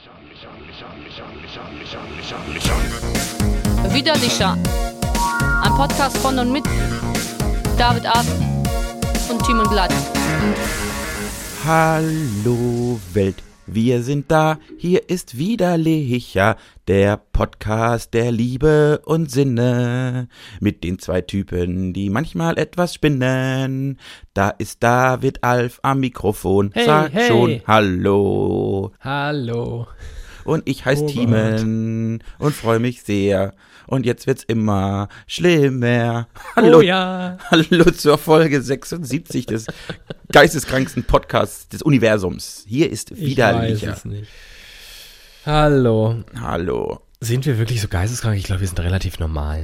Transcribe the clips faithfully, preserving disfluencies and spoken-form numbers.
Widerlicher. Ein Podcast von und mit David Ab und Timon Glatt. Hallo Welt, wir sind da, hier ist Widerlicher, der Podcast der Liebe und Sinne. Mit den zwei Typen, die manchmal etwas spinnen. Da ist David Alf am Mikrofon, hey, sag hey. schon Hallo. Hallo. Und ich heiße Oh Timon und freue mich sehr. Und jetzt wird's immer schlimmer. Hallo, Oh ja. Hallo zur Folge sechsundsiebzig des geisteskranksten Podcasts des Universums. Hier ist Widerlicher. Ich weiß es nicht. Hallo. Hallo. Sind wir wirklich so geisteskrank? Ich glaube, wir sind relativ normal.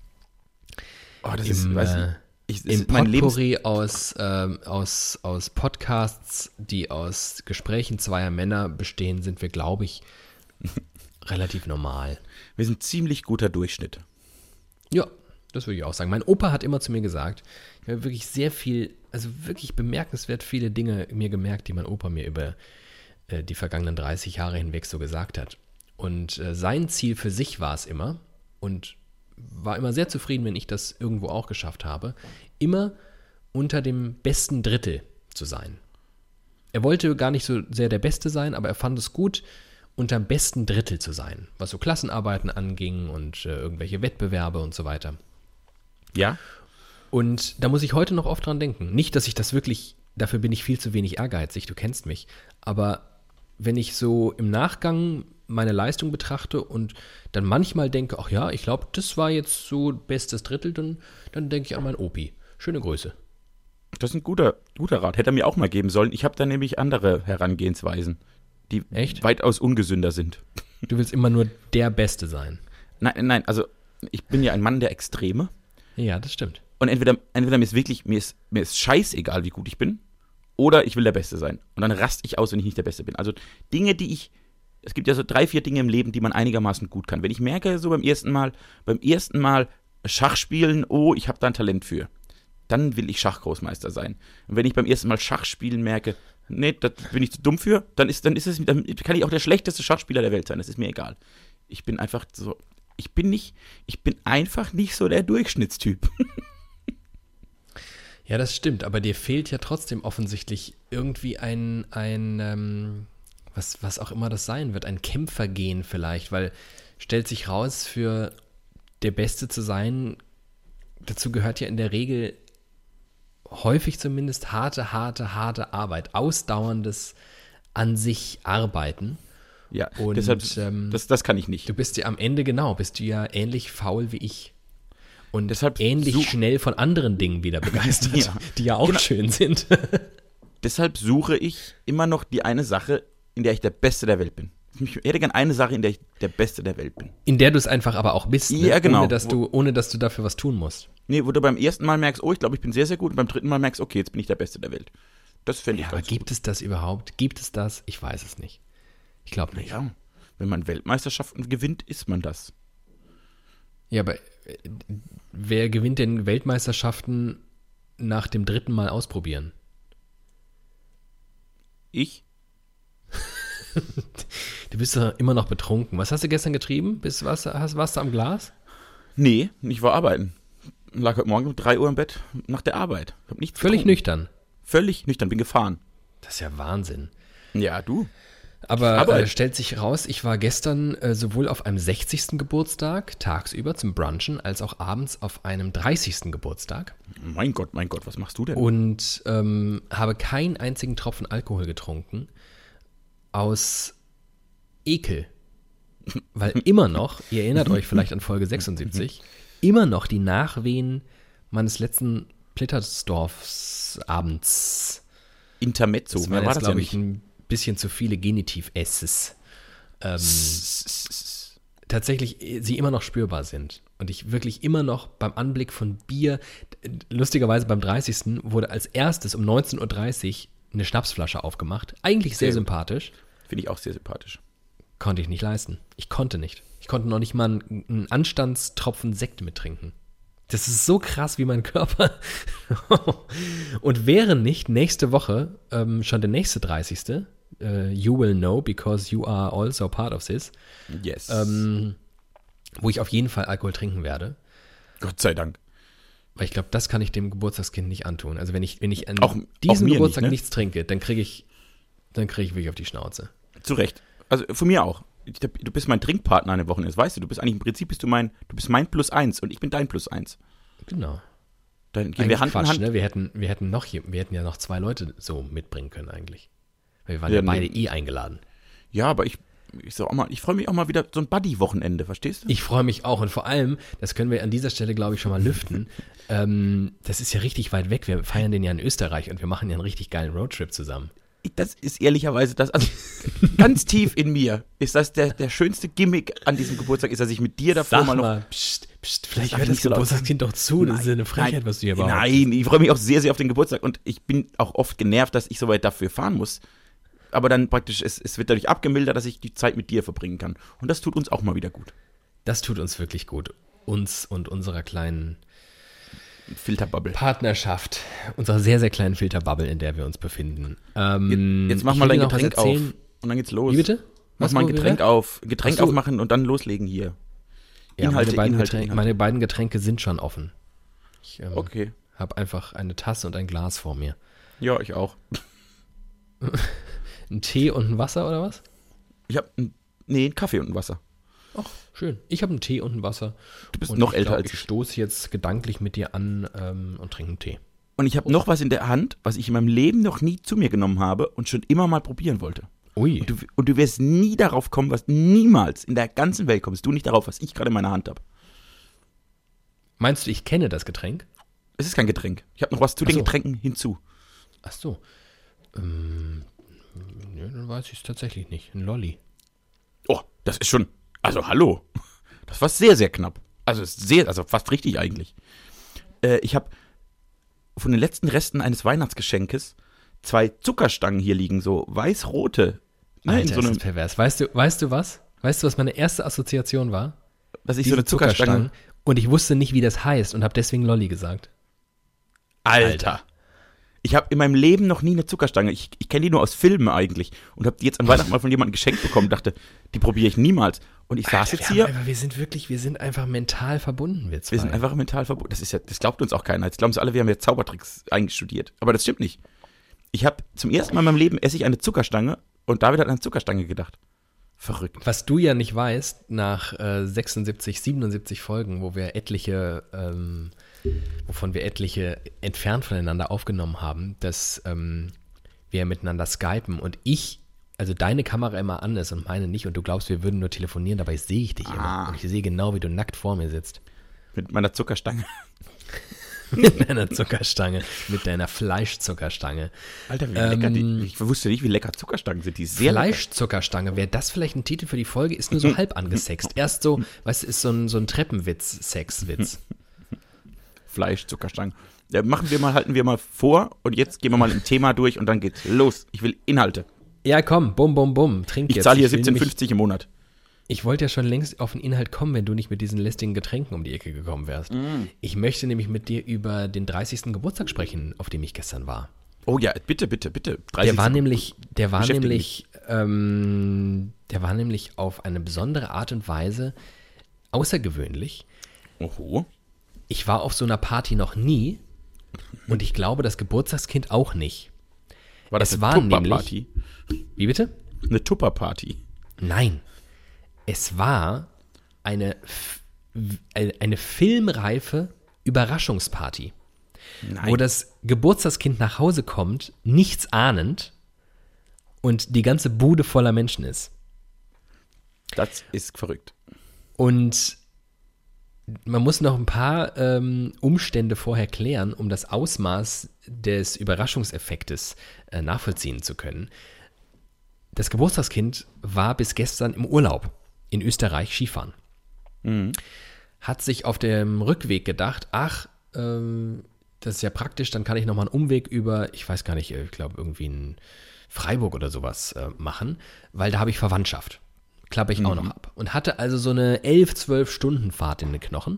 Oh, das Im, ist, weiß äh, ich, ich, Im ist mein Lebens... Potpourri aus, ähm, aus, aus Podcasts, die aus Gesprächen zweier Männer bestehen, sind wir, glaube ich, relativ normal. Wir sind ziemlich guter Durchschnitt. Ja, das würde ich auch sagen. Mein Opa hat immer zu mir gesagt, ich habe wirklich sehr viel, also wirklich bemerkenswert viele Dinge mir gemerkt, die mein Opa mir über äh, die vergangenen dreißig Jahre hinweg so gesagt hat. Und äh, sein Ziel für sich war es immer, und war immer sehr zufrieden, wenn ich das irgendwo auch geschafft habe, immer unter dem besten Drittel zu sein. Er wollte gar nicht so sehr der Beste sein, aber er fand es gut, unter dem besten Drittel zu sein, was so Klassenarbeiten anging und äh, irgendwelche Wettbewerbe und so weiter. Ja? Und da muss ich heute noch oft dran denken. Nicht, dass ich das wirklich, dafür bin ich viel zu wenig ehrgeizig, du kennst mich, aber wenn ich so im Nachgang meine Leistung betrachte und dann manchmal denke, ach ja, ich glaube, das war jetzt so bestes Drittel, dann, dann denke ich an meinen Opi. Schöne Grüße. Das ist ein guter, guter Rat. Hätte er mir auch mal geben sollen. Ich habe da nämlich andere Herangehensweisen, die Echt? weitaus ungesünder sind. Du willst immer nur der Beste sein. Nein, nein, also ich bin ja ein Mann der Extreme. Ja, das stimmt. Und entweder, entweder mir ist wirklich, mir ist, mir ist scheißegal, wie gut ich bin, oder ich will der Beste sein. Und dann raste ich aus, wenn ich nicht der Beste bin. Also Dinge, die ich, es gibt ja so drei, vier Dinge im Leben, die man einigermaßen gut kann. Wenn ich merke, so beim ersten Mal, beim ersten Mal Schach spielen, oh, ich habe da ein Talent für, dann will ich Schachgroßmeister sein. Und wenn ich beim ersten Mal Schach spielen merke, nee, da bin ich zu dumm für, dann ist, dann ist es, dann kann ich auch der schlechteste Schachspieler der Welt sein. Das ist mir egal. Ich bin einfach so, ich bin nicht, ich bin einfach nicht so der Durchschnittstyp. Ja, das stimmt, aber dir fehlt ja trotzdem offensichtlich irgendwie ein, ein ähm, was, was auch immer das sein wird, ein Kämpfergehen vielleicht, weil stellt sich raus, für der Beste zu sein, dazu gehört ja in der Regel häufig zumindest harte, harte, harte Arbeit, ausdauerndes an sich Arbeiten. Ja, Und, deshalb, ähm, das, das kann ich nicht. Du bist ja am Ende, genau, bist du ja ähnlich faul wie ich. Und Deshalb ähnlich such- schnell von anderen Dingen wieder begeistert, Ja. die ja auch Genau. schön sind. Deshalb suche ich immer noch die eine Sache, in der ich der Beste der Welt bin. Ich hätte gern eine Sache, in der ich der Beste der Welt bin. In der du es einfach aber auch bist, ne? Ja, genau. ohne, dass du, ohne dass du dafür was tun musst. Nee, wo du beim ersten Mal merkst, oh, ich glaube, ich bin sehr, sehr gut. Und beim dritten Mal merkst, okay, jetzt bin ich der Beste der Welt. Das fände ich Ja, aber ganz gibt gut. es das überhaupt? Gibt es das? Ich weiß es nicht. Ich glaube nicht. Ja, wenn man Weltmeisterschaften gewinnt, ist man das. Ja, aber äh, wer gewinnt denn Weltmeisterschaften nach dem dritten Mal ausprobieren? Ich? Du bist doch immer noch betrunken. Was hast du gestern getrieben? Bist, warst, hast, warst du am Glas? Nee, ich war arbeiten. Lag heute Morgen um drei Uhr im Bett nach der Arbeit. Hab nichts Völlig getrunken. nüchtern. Völlig nüchtern, bin gefahren. Das ist ja Wahnsinn. Ja, du. Aber Aber- äh, stellt sich raus, ich war gestern äh, sowohl auf einem sechzigsten Geburtstag tagsüber zum Brunchen, als auch abends auf einem dreißigsten Geburtstag Mein Gott, mein Gott, was machst du denn? und ähm, habe keinen einzigen Tropfen Alkohol getrunken aus Ekel. Weil immer noch, ihr erinnert euch vielleicht an Folge sechsundsiebzig, immer noch die Nachwehen meines letzten Plittersdorfs abends. Intermezzo, Das mehr waren war jetzt, das ja glaube ich, nicht. ein bisschen zu viele Genitiv-Esses. Ähm, tatsächlich äh, sie immer noch spürbar sind. Und ich wirklich immer noch beim Anblick von Bier, d- lustigerweise beim dreißigsten wurde als erstes um neunzehn Uhr dreißig eine Schnapsflasche aufgemacht. Eigentlich sehr Sehr gut. sympathisch. Finde ich auch sehr sympathisch. Konnte ich nicht leisten. Ich konnte nicht. Ich konnte noch nicht mal einen, einen Anstandstropfen Sekt mittrinken. Das ist so krass, wie mein Körper. Und wäre nicht nächste Woche ähm, schon der nächste dreißigste uh, you will know, because you are also part of this. Yes. Ähm, wo ich auf jeden Fall Alkohol trinken werde. Gott sei Dank. Weil ich glaube, das kann ich dem Geburtstagskind nicht antun. Also wenn ich, wenn ich an Auch- diesem auch mir Geburtstag nicht, ne? nichts trinke, dann kriege ich, dann kriege ich wirklich auf die Schnauze. Zu Recht. Also von mir auch. Ich- Du bist mein Trinkpartner an den Wochenende, das weißt du. Du bist eigentlich im Prinzip bist du mein, du bist mein Plus eins und ich bin dein Plus eins. Genau. Dann gehen Eigentlich wir Hand Quatsch, in Hand. ne? Wir hätten, wir hätten noch hier, wir hätten ja noch zwei Leute so mitbringen können eigentlich. Weil wir waren Ja, ja, beide nee. eh eingeladen. Ja, aber ich, ich sag auch mal, ich freue mich auch mal wieder so ein Buddy-Wochenende, verstehst du? Ich freue mich auch und vor allem, das können wir an dieser Stelle, glaube ich, schon mal lüften. ähm, das ist ja richtig weit weg. Wir feiern den ja in Österreich und wir machen ja einen richtig geilen Roadtrip zusammen. Das ist ehrlicherweise das, also ganz tief in mir ist das der, der schönste Gimmick an diesem Geburtstag, ist, dass ich mit dir davor Sag mal noch... mal, pst, pst, vielleicht darf hört ich das nicht so laut Geburtstagskind doch zu. Das ist ja eine Frechheit, Nein, was du hier behauptest. Nein, ich freue mich auch sehr, sehr auf den Geburtstag und ich bin auch oft genervt, dass ich so weit dafür fahren muss. Aber dann praktisch, es, es wird dadurch abgemildert, dass ich die Zeit mit dir verbringen kann. Und das tut uns auch mal wieder gut. Das tut uns wirklich gut. Uns und unserer kleinen Filterbubble. Partnerschaft, unserer sehr, sehr kleinen Filterbubble, in der wir uns befinden. Ähm, Jetzt mach ich mal will dein dir noch was Getränk auf erzählen. und dann geht's los. Wie bitte? Mach Was, mal ein wo wir Getränk weg? auf. Getränk Ach so. aufmachen und dann loslegen hier. Ja, Inhalte, meine, beiden Inhalte, Getränke, Inhalte. meine beiden Getränke sind schon offen. Ich ähm, Okay. habe einfach eine Tasse und ein Glas vor mir. Ja, ich auch. Ein Tee und ein Wasser oder was? Ich habe nee, einen Kaffee und ein Wasser. Ach, schön. Ich habe einen Tee und ein Wasser. Du bist und noch ich älter glaub, als ich. ich. stoße jetzt gedanklich mit dir an ähm, und trinke einen Tee. Und ich habe noch was in der Hand, was ich in meinem Leben noch nie zu mir genommen habe und schon immer mal probieren wollte. Ui. Und du, und du wirst nie darauf kommen, was niemals in der ganzen Welt kommst du nicht darauf, was ich gerade in meiner Hand habe. Meinst du, ich kenne das Getränk? Es ist kein Getränk. Ich habe noch was zu Ach den so. Getränken hinzu. Ach so. Ähm, ja, dann weiß ich es tatsächlich nicht. Ein Lolli. Oh, das ist schon. Also hallo. Das war sehr, sehr knapp. Also ist sehr, also fast richtig eigentlich. Äh, ich habe von den letzten Resten eines Weihnachtsgeschenkes zwei Zuckerstangen hier liegen, so weiß-rote. Ne, Alter, in so ist einem, das pervers. Weißt du, weißt du was? Weißt du, was meine erste Assoziation war? dass ich Diese so eine Zuckerstange. Zuckerstangen. Und ich wusste nicht, wie das heißt und habe deswegen Lolli gesagt. Alter. Ich habe in meinem Leben noch nie eine Zuckerstange. Ich, ich kenne die nur aus Filmen eigentlich. Und habe die jetzt an Weihnachten mal von jemandem geschenkt bekommen. Dachte, die probiere ich niemals. Und ich saß Alter, jetzt wir hier. haben Einfach, wir sind wirklich, wir sind einfach mental verbunden, wir zwei. Wir sind einfach mental verbunden. Das ist ja, das glaubt uns auch keiner. Jetzt glauben sie alle, wir haben ja Zaubertricks eingestudiert. Aber das stimmt nicht. Ich habe zum ersten Mal in meinem Leben esse ich eine Zuckerstange und David hat an eine Zuckerstange gedacht. Verrückt. Was du ja nicht weißt, nach äh, sechsundsiebzig, siebenundsiebzig Folgen, wo wir etliche, ähm, wovon wir etliche entfernt voneinander aufgenommen haben, dass ähm, wir miteinander skypen und ich, also deine Kamera immer an ist und meine nicht und du glaubst, wir würden nur telefonieren, dabei sehe ich dich Ah. immer. Und ich sehe genau, wie du nackt vor mir sitzt. Mit meiner Zuckerstange. Mit deiner Zuckerstange, mit deiner Fleischzuckerstange. Alter, wie Ähm, lecker die. Ich wusste nicht, wie lecker Zuckerstangen sind. Die ist sehr lecker. Fleischzuckerstange, wäre das vielleicht ein Titel für die Folge? Ist nur so halb angesext. Erst so, weißt du, ist so ein, so ein Treppenwitz, Sexwitz. Fleisch, Zuckerstangen. Ja, machen wir mal, halten wir mal vor und jetzt gehen wir mal im Thema durch und dann geht's los. Ich will Inhalte. Ja, komm, bum, bum, bum, trink Ich jetzt. zahle hier will siebzehn nämlich- fünfzig im Monat. Ich wollte ja schon längst auf den Inhalt kommen, wenn du nicht mit diesen lästigen Getränken um die Ecke gekommen wärst. Mm. Ich möchte nämlich mit dir über den dreißigsten Geburtstag sprechen, auf dem ich gestern war. Oh ja, bitte, bitte, bitte. Der war nämlich, der war Beschäftige nämlich, ähm, der war nämlich auf eine besondere Art und Weise außergewöhnlich. Oho. Ich war auf so einer Party noch nie und ich glaube, das Geburtstagskind auch nicht. War das Es eine war Tupper-Party? Wie bitte? Eine Tupper-Party. Nein. Es war eine, f- eine, eine filmreife Überraschungsparty, Nein. wo das Geburtstagskind nach Hause kommt, nichts ahnend und die ganze Bude voller Menschen ist. Das ist verrückt. Und man muss noch ein paar ähm, Umstände vorher klären, um das Ausmaß des Überraschungseffektes äh, nachvollziehen zu können. Das Geburtstagskind war bis gestern im Urlaub in Österreich Skifahren. Mhm. Hat sich auf dem Rückweg gedacht, ach, ähm, das ist ja praktisch, dann kann ich nochmal einen Umweg über, ich weiß gar nicht, ich glaube irgendwie in Freiburg oder sowas äh, machen, weil da habe ich Verwandtschaft. Klappe ich Mhm. auch noch ab. Und hatte also so eine elf, zwölf Stunden Fahrt in den Knochen.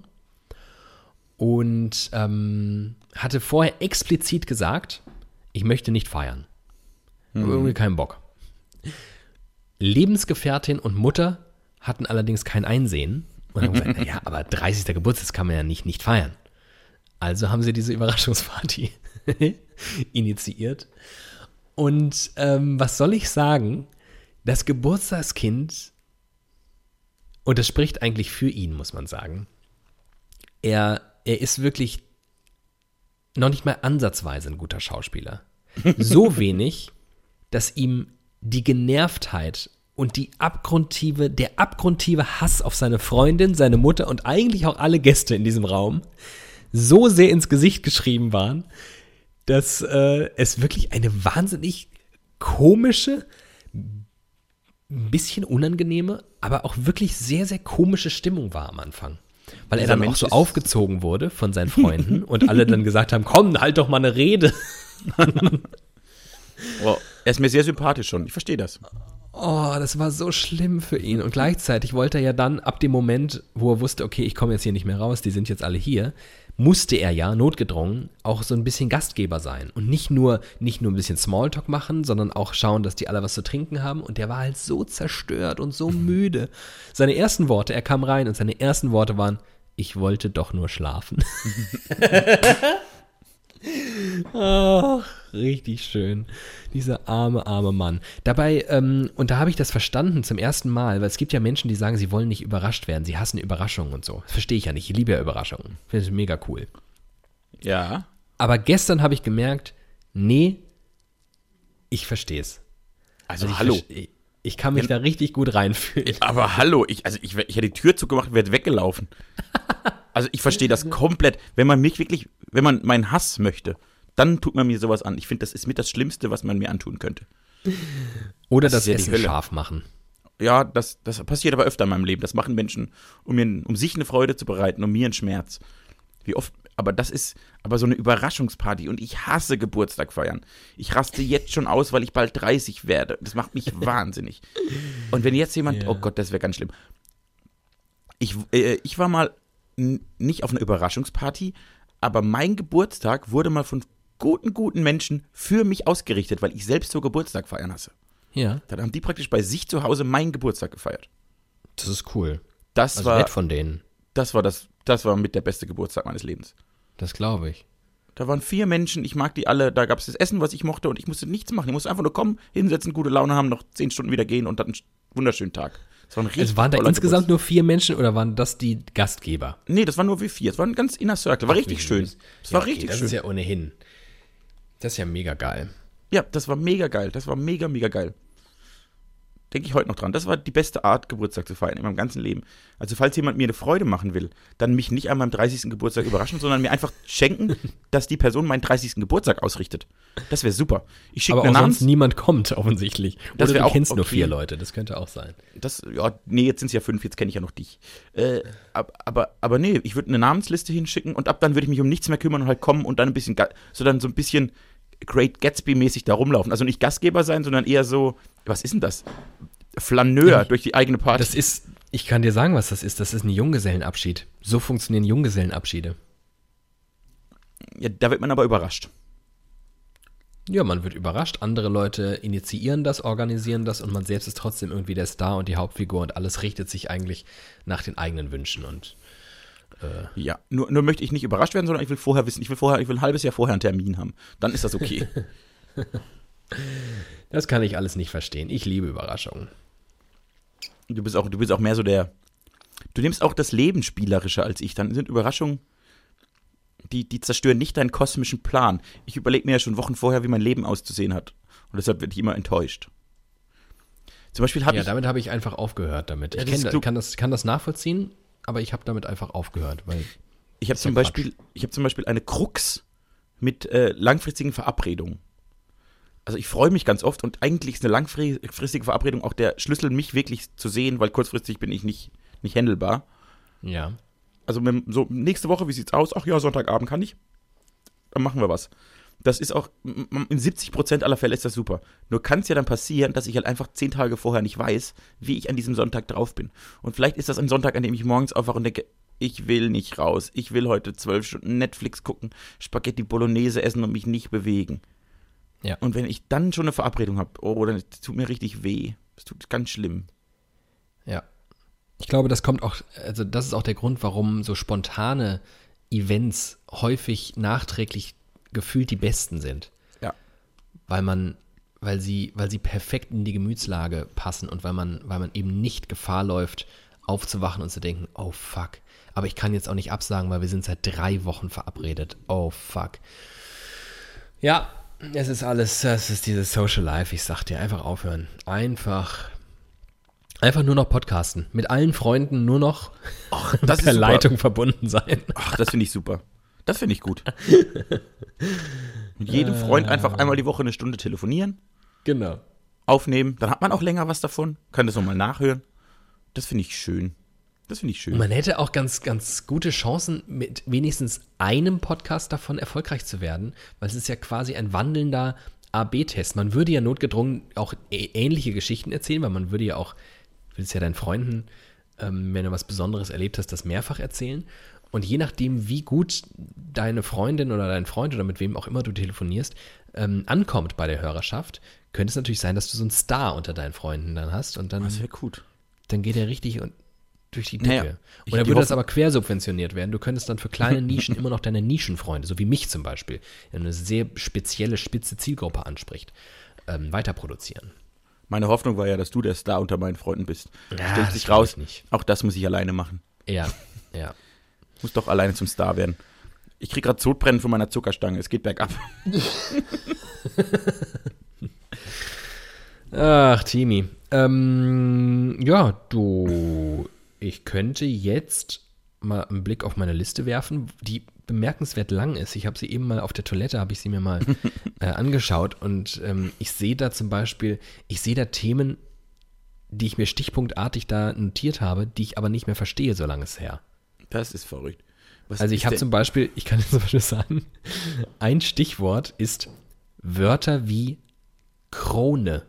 Und ähm, hatte vorher explizit gesagt, ich möchte nicht feiern. Ich habe irgendwie keinen Bock. Lebensgefährtin und Mutter hatten allerdings kein Einsehen und haben gesagt, naja, aber dreißigster Geburtstag kann man ja nicht, nicht feiern. Also haben sie diese Überraschungsparty initiiert. Und ähm, was soll ich sagen? Das Geburtstagskind, und das spricht eigentlich für ihn, muss man sagen, er, er ist wirklich noch nicht mal ansatzweise ein guter Schauspieler. So wenig, dass ihm die Genervtheit und die abgrundtiefe, der abgrundtiefe Hass auf seine Freundin, seine Mutter und eigentlich auch alle Gäste in diesem Raum so sehr ins Gesicht geschrieben waren, dass äh, es wirklich eine wahnsinnig komische, ein bisschen unangenehme, aber auch wirklich sehr, sehr komische Stimmung war am Anfang. Weil er Dieser dann auch Mensch so ist- aufgezogen wurde von seinen Freunden und alle dann gesagt haben, komm, halt doch mal eine Rede. Oh, er ist mir sehr sympathisch schon, ich verstehe das. Oh, das war so schlimm für ihn. Und gleichzeitig wollte er ja dann, ab dem Moment, wo er wusste, okay, ich komme jetzt hier nicht mehr raus, die sind jetzt alle hier, musste er ja, notgedrungen, auch so ein bisschen Gastgeber sein. Und nicht nur, nicht nur ein bisschen Smalltalk machen, sondern auch schauen, dass die alle was zu trinken haben. Und der war halt so zerstört und so müde. Seine ersten Worte, er kam rein und seine ersten Worte waren, ich wollte doch nur schlafen. Ach, richtig schön. Dieser arme, arme Mann. Dabei, ähm, und da habe ich das verstanden zum ersten Mal, weil es gibt ja Menschen, die sagen, sie wollen nicht überrascht werden, sie hassen Überraschungen und so. Das verstehe ich ja nicht. Ich liebe ja Überraschungen. Finde ich mega cool. Ja. Aber gestern habe ich gemerkt, nee, ich verstehe es. Also, ich hallo. verste- Ich, ich kann mich da richtig gut reinfühlen. Aber hallo, ich, also ich, wär- ich hätte die Tür zugemacht, wäre weggelaufen. Also ich verstehe das komplett. Wenn man mich wirklich, wenn man meinen Hass möchte, dann tut man mir sowas an. Ich finde, das ist mit das Schlimmste, was man mir antun könnte. Oder Das das, ist ja die Essen Hölle. scharf machen. Ja, das, das passiert aber öfter in meinem Leben. Das machen Menschen, um, mir, um sich eine Freude zu bereiten, um mir einen Schmerz. Wie oft, aber das ist aber so eine Überraschungsparty und ich hasse Geburtstag feiern. Ich raste jetzt schon aus, weil ich bald dreißig werde. Das macht mich wahnsinnig. Und wenn jetzt jemand, Ja. oh Gott, das wäre ganz schlimm. Ich, äh, ich war mal n- nicht auf einer Überraschungsparty, aber mein Geburtstag wurde mal von guten, guten Menschen für mich ausgerichtet, weil ich selbst so Geburtstag feiern hasse. Ja, Dann haben die praktisch bei sich zu Hause meinen Geburtstag gefeiert. das ist cool. Das Also war, nett von denen. das war das, das war mit der beste Geburtstag meines Lebens. Das glaube ich. Da waren vier Menschen, ich mag die alle, da gab es das Essen, was ich mochte und ich musste nichts machen. Ich musste einfach nur kommen, hinsetzen, gute Laune haben, noch zehn Stunden wieder gehen und dann einen wunderschönen Tag. Das war ein richtig Es waren da toller insgesamt nur vier Menschen oder waren das die Gastgeber? Geburtstag. Nee, das waren nur wir vier. Es war ein ganz inner Circle. War richtig Wie schön. süß. Es Ja, war okay, richtig das schön. ist ja ohnehin. Das ist ja mega geil. Ja, das war mega geil. Das war mega, mega geil. Denke ich heute noch dran. Das war die beste Art, Geburtstag zu feiern in meinem ganzen Leben. Also falls jemand mir eine Freude machen will, dann mich nicht an meinem dreißigsten Geburtstag überraschen, sondern mir einfach schenken, dass die Person meinen dreißigsten Geburtstag ausrichtet. Das wäre super. Ich schicke Aber eine auch Namens... sonst niemand kommt, offensichtlich. Das Oder wär du auch kennst nur okay. vier Leute, das könnte auch sein. Das, ja, nee, jetzt sind es ja fünf, jetzt kenne ich ja noch dich. Äh, ab, aber, aber nee, ich würde eine Namensliste hinschicken und ab dann würde ich mich um nichts mehr kümmern und halt kommen und dann ein bisschen, ga- so dann so ein bisschen Great Gatsby-mäßig da rumlaufen. Also nicht Gastgeber sein, sondern eher so, was ist denn das? Flaneur Ja, durch die eigene Party. Das ist, ich kann dir sagen, was das ist. Das ist ein Junggesellenabschied. So funktionieren Junggesellenabschiede. Ja, da wird man aber überrascht. Ja, man wird überrascht. Andere Leute initiieren das, organisieren das und man selbst ist trotzdem irgendwie der Star und die Hauptfigur und alles richtet sich eigentlich nach den eigenen Wünschen. Und Ja, nur, nur möchte ich nicht überrascht werden, sondern ich will vorher wissen, ich will vorher, ich will ein halbes Jahr vorher einen Termin haben. Dann ist das okay. das kann ich alles nicht verstehen. Ich liebe Überraschungen. Du bist auch, du bist auch mehr so der, du nimmst auch das Leben spielerischer als ich. Dann sind Überraschungen, die, die zerstören nicht deinen kosmischen Plan. Ich überlege mir ja schon Wochen vorher, wie mein Leben auszusehen hat. Und deshalb werde ich immer enttäuscht. Zum Beispiel habe Ja, ich, damit habe ich einfach aufgehört damit. Ja, Ich das ist kenn, klug. kann, das, kann das nachvollziehen, aber ich habe damit einfach aufgehört, weil ich habe ist ja zum Beispiel, ich habe zum Beispiel eine Krux mit äh, langfristigen Verabredungen. Also ich freue mich ganz oft und eigentlich ist eine langfristige Verabredung auch der Schlüssel, mich wirklich zu sehen, weil kurzfristig bin ich nicht, nicht handelbar. ja. Also mit, so nächste Woche, wie sieht's aus? Ach ja, Sonntagabend kann ich. Dann machen wir was. Das ist auch, m- m- in siebzig Prozent aller Fälle ist das super. Nur kann es ja dann passieren, dass ich halt einfach zehn Tage vorher nicht weiß, wie ich an diesem Sonntag drauf bin. Und vielleicht ist das ein Sonntag, an dem ich morgens aufwache und denke, ich will nicht raus. Ich will heute zwölf Stunden Netflix gucken, Spaghetti Bolognese essen und mich nicht bewegen. Ja. Und wenn ich dann schon eine Verabredung habe, oh, dann tut mir richtig weh. Das tut ganz schlimm. Ja. Ich glaube, das kommt auch, also das ist auch der Grund, warum so spontane Events häufig nachträglich gefühlt die besten sind. Ja. Weil man, weil sie, weil sie perfekt in die Gemütslage passen und weil man, weil man eben nicht Gefahr läuft, aufzuwachen und zu denken, oh fuck. Aber ich kann jetzt auch nicht absagen, weil wir sind seit drei Wochen verabredet. Oh fuck. Ja, es ist alles, es ist dieses Social Life. Ich sag dir, einfach aufhören. Einfach, einfach nur noch podcasten. Mit allen Freunden nur noch Ach, das per ist Leitung verbunden sein. Ach, das finde ich super. Das finde ich gut. Mit jedem Freund einfach einmal die Woche eine Stunde telefonieren, Genau. aufnehmen. Dann hat man auch länger was davon. Kann das nochmal nachhören. Das finde ich schön. Das finde ich schön. Und man hätte auch ganz, ganz gute Chancen, mit wenigstens einem Podcast davon erfolgreich zu werden, weil es ist ja quasi ein wandelnder A B Test. Man würde ja notgedrungen auch ä- ähnliche Geschichten erzählen, weil man würde ja auch, du würdest ja deinen Freunden, ähm, wenn du was Besonderes erlebt hast, das mehrfach erzählen. Und je nachdem, wie gut deine Freundin oder dein Freund oder mit wem auch immer du telefonierst, ähm, ankommt bei der Hörerschaft, könnte es natürlich sein, dass du so einen Star unter deinen Freunden dann hast und dann, Das wäre gut. dann geht er richtig und durch die Decke. Naja, und ich- dann die würde das hoffen- aber quersubventioniert werden. Du könntest dann für kleine Nischen immer noch deine Nischenfreunde, so wie mich zum Beispiel, der eine sehr spezielle, spitze Zielgruppe anspricht, ähm, weiter produzieren. Meine Hoffnung war ja, dass du der Star unter meinen Freunden bist. Ja, Stellt das sich glaub raus, ich nicht. auch das muss ich alleine machen. Ja, ja. Ich muss doch alleine zum Star werden. Ich kriege gerade Sodbrennen von meiner Zuckerstange. Es geht bergab. Ach, Timi. Ähm, ja, du, ich könnte jetzt mal einen Blick auf meine Liste werfen, die bemerkenswert lang ist. Ich habe sie eben mal auf der Toilette, habe ich sie mir mal äh, angeschaut und ähm, ich sehe da zum Beispiel, ich sehe da Themen, die ich mir stichpunktartig da notiert habe, die ich aber nicht mehr verstehe, so lange ist es her. Das ist verrückt. Was Also ich ist habe denn- zum Beispiel, ich kann jetzt zum Beispiel sagen, ein Stichwort ist Wörter wie Krone.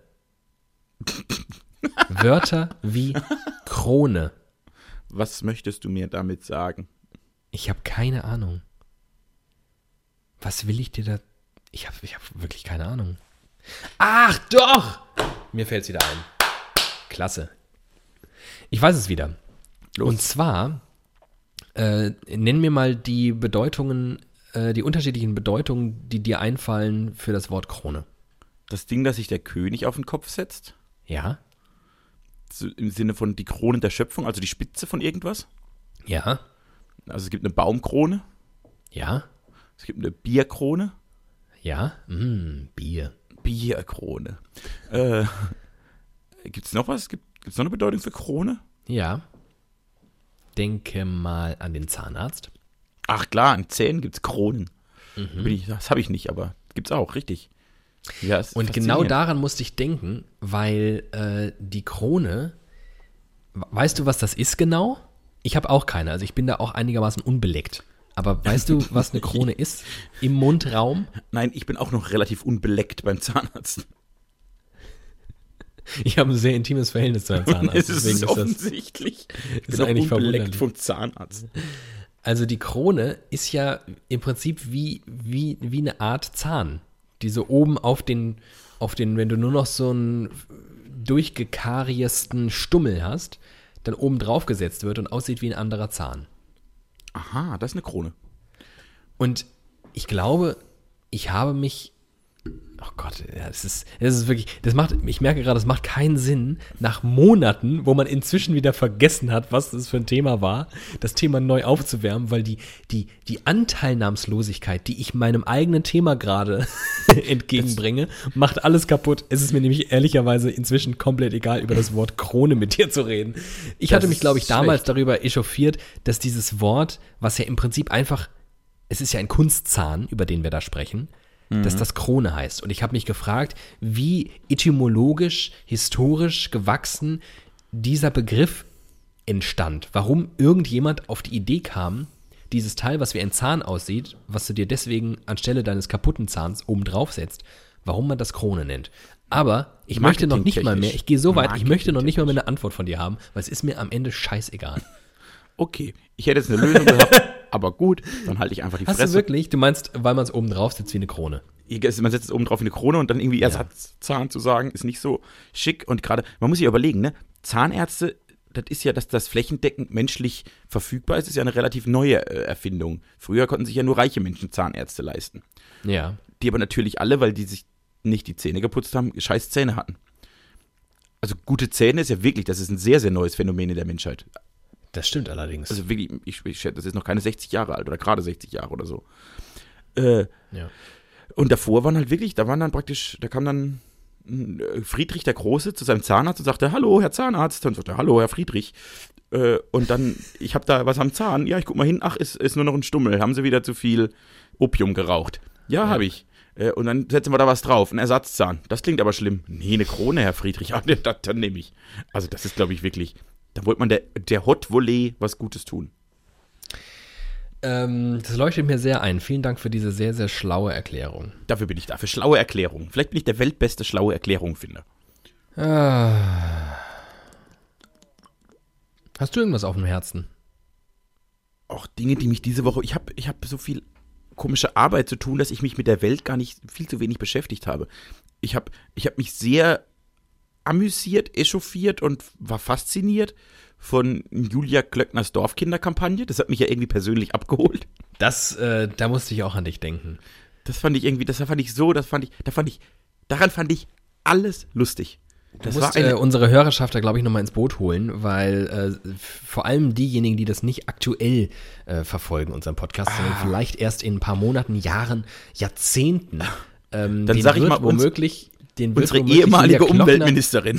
Wörter wie Krone. Was möchtest du mir damit sagen? Ich habe keine Ahnung. Was will ich dir da... Ich habe ich hab wirklich keine Ahnung. Ach doch! Mir fällt es wieder ein. Klasse. Ich weiß es wieder. Los. Und zwar, äh, nenn mir mal die Bedeutungen, äh, die unterschiedlichen Bedeutungen, die dir einfallen für das Wort Krone. Das Ding, das sich der König auf den Kopf setzt, Ja? so im Sinne von die Krone der Schöpfung, also die Spitze von irgendwas. Ja? Also es gibt eine Baumkrone, Ja? es gibt eine Bierkrone. Ja? Mm, Bier. Bierkrone. Äh, gibt es noch was? Gibt es noch eine Bedeutung für Krone? Ja. Denke mal an den Zahnarzt. Ach klar, an Zähnen gibt es Kronen. Mhm. Bin ich, das habe ich nicht, aber gibt es auch, richtig. Ja, ist Und genau faszinierend. daran musste ich denken, weil äh, die Krone, weißt du, was das ist genau? Ich habe auch keine, also ich bin da auch einigermaßen unbeleckt. Aber weißt du, was eine Krone ist im Mundraum? Nein, ich bin auch noch relativ unbeleckt beim Zahnarzt. Ich habe ein sehr intimes Verhältnis zu einem Zahnarzt. es ist deswegen das, offensichtlich. Ich ist bin auch eigentlich unbeleckt verwunderlich. vom Zahnarzt. also die Krone ist ja im Prinzip wie, wie, wie eine Art Zahn, die so oben auf den, auf den, wenn du nur noch so einen durchgekariesten Stummel hast, dann oben drauf gesetzt wird und aussieht wie ein anderer Zahn. Aha, das ist eine Krone. Und ich glaube, ich habe mich, oh Gott, ja, das ist, das ist wirklich, das macht, ich merke gerade, das macht keinen Sinn, nach Monaten, wo man inzwischen wieder vergessen hat, was das für ein Thema war, das Thema neu aufzuwärmen, weil die, die, die Anteilnahmslosigkeit, die ich meinem eigenen Thema gerade entgegenbringe, macht alles kaputt. Es ist mir nämlich ehrlicherweise inzwischen komplett egal, über das Wort Krone mit dir zu reden. Ich Das hatte mich, glaube ich, ist damals schlecht. darüber echauffiert, dass dieses Wort, was ja im Prinzip einfach, es ist ja ein Kunstzahn, über den wir da sprechen, dass das Krone heißt. Und ich habe mich gefragt, wie etymologisch, historisch gewachsen dieser Begriff entstand. Warum irgendjemand auf die Idee kam, dieses Teil, was wie ein Zahn aussieht, was du dir deswegen anstelle deines kaputten Zahns oben drauf setzt, warum man das Krone nennt. Aber ich möchte noch nicht mal mehr, ich gehe so weit, ich möchte noch nicht mal mehr eine Antwort von dir haben, weil es ist mir am Ende scheißegal. Okay, ich hätte jetzt eine Lösung gehabt, aber gut, dann halte ich einfach die Hast Fresse. du wirklich, du meinst, weil man es oben drauf setzt wie eine Krone? man setzt es oben drauf in eine Krone und dann irgendwie Ersatzzahn zu sagen, ist nicht so schick. Und gerade, man muss sich überlegen, ne, Zahnärzte, das ist ja, dass das flächendeckend menschlich verfügbar ist, ist ja eine relativ neue äh, Erfindung. Früher konnten sich ja nur reiche Menschen Zahnärzte leisten. Ja. Die aber natürlich alle, weil die sich nicht die Zähne geputzt haben, scheiß Zähne hatten. Also gute Zähne ist ja wirklich, das ist ein sehr, sehr neues Phänomen in der Menschheit. Das stimmt allerdings. Also wirklich, ich, ich schätze, das ist noch keine sechzig Jahre alt oder gerade sechzig Jahre oder so. Äh, ja. Und davor waren halt wirklich, da waren dann praktisch, da kam dann Friedrich der Große zu seinem Zahnarzt und sagte, hallo, Herr Zahnarzt. Und sagte, hallo, Herr Friedrich. Äh, und dann, ich habe da was am Zahn. Ja, ich guck mal hin. Ach, ist, ist nur noch ein Stummel. Haben Sie wieder zu viel Opium geraucht? Ja, ja. habe ich. Äh, und dann setzen wir da was drauf. Ein Ersatzzahn. Das klingt aber schlimm. Nee, eine Krone, Herr Friedrich. Ja, das, dann nehme ich. Also das ist, glaube ich, wirklich, da wollte man der, der Hot Volley was Gutes tun. Ähm, das leuchtet mir sehr ein. Vielen Dank für diese sehr, sehr schlaue Erklärung. Dafür bin ich da, für schlaue Erklärungen. Vielleicht bin ich der weltbeste schlaue Erklärungsfinder. Ah. Hast du irgendwas auf dem Herzen? Auch Dinge, die mich diese Woche, ich habe ich hab so viel komische Arbeit zu tun, dass ich mich mit der Welt gar nicht, viel zu wenig beschäftigt habe. Ich habe ich hab mich sehr amüsiert, echauffiert und war fasziniert von Julia Klöckners Dorfkinderkampagne. Das hat mich ja irgendwie persönlich abgeholt. Das, äh, da musste ich auch an dich denken. Das fand ich irgendwie, das fand ich so, das fand ich, da fand ich, daran fand ich alles lustig. Das du musst äh, unsere Hörerschaft da, glaube ich, nochmal ins Boot holen, weil äh, vor allem diejenigen, die das nicht aktuell äh, verfolgen, unseren Podcast, ah. sondern vielleicht erst in ein paar Monaten, Jahren, Jahrzehnten, ähm, dann sag ich mal, womöglich Den unsere ehemalige Umweltministerin.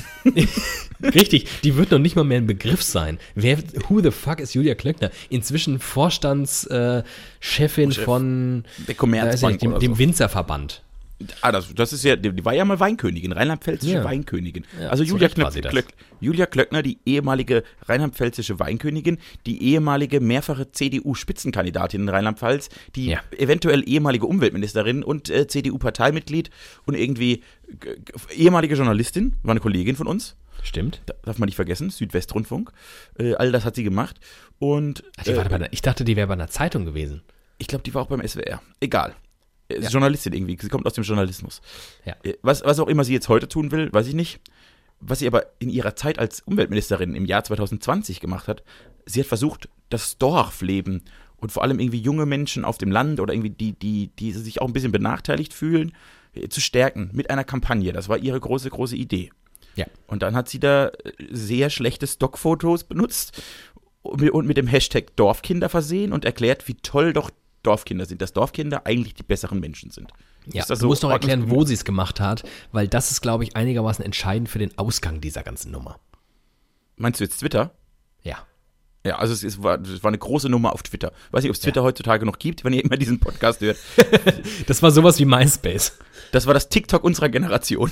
Richtig, die wird noch nicht mal mehr ein Begriff sein. Wer, who the fuck ist Julia Klöckner? Inzwischen Vorstandschefin äh, von der Commerzbank, dem, dem Winzerverband. Ah, das, das ist ja, die war ja mal Weinkönigin, rheinland-pfälzische ja. Weinkönigin. Ja, also Julia, Klöck, Klöck, Julia Klöckner, die ehemalige rheinland-pfälzische Weinkönigin, die ehemalige mehrfache C D U-Spitzenkandidatin in Rheinland-Pfalz, die ja. eventuell ehemalige Umweltministerin und äh, C D U-Parteimitglied und irgendwie äh, ehemalige Journalistin, war eine Kollegin von uns. Stimmt. Da, darf man nicht vergessen, Südwestrundfunk. Äh, all das hat sie gemacht. Und, Ach, die äh, war bei der, ich dachte, die wäre bei einer Zeitung gewesen. Ich glaube, die war auch beim S W R. Egal. Ja. Journalistin irgendwie, sie kommt aus dem Journalismus. Ja. Was, was auch immer sie jetzt heute tun will, weiß ich nicht. Was sie aber in ihrer Zeit als Umweltministerin im Jahr zwanzig zwanzig gemacht hat, sie hat versucht, das Dorfleben und vor allem irgendwie junge Menschen auf dem Land oder irgendwie die, die, die sich auch ein bisschen benachteiligt fühlen, zu stärken mit einer Kampagne. Das war ihre große, große Idee. Ja. Und dann hat sie da sehr schlechte Stockfotos benutzt und mit dem Hashtag Dorfkinder versehen und erklärt, wie toll doch Dorfkinder sind, dass Dorfkinder eigentlich die besseren Menschen sind. Ja, ist das du so musst noch erklären, wo sie es gemacht hat, weil das ist, glaube ich, einigermaßen entscheidend für den Ausgang dieser ganzen Nummer. Meinst du jetzt Twitter? Ja. Ja, also es, ist, war, es war eine große Nummer auf Twitter. Weiß nicht, ob es Twitter ja. heutzutage noch gibt, wenn ihr immer diesen Podcast hört. Das war sowas wie MySpace. Das war das TikTok unserer Generation.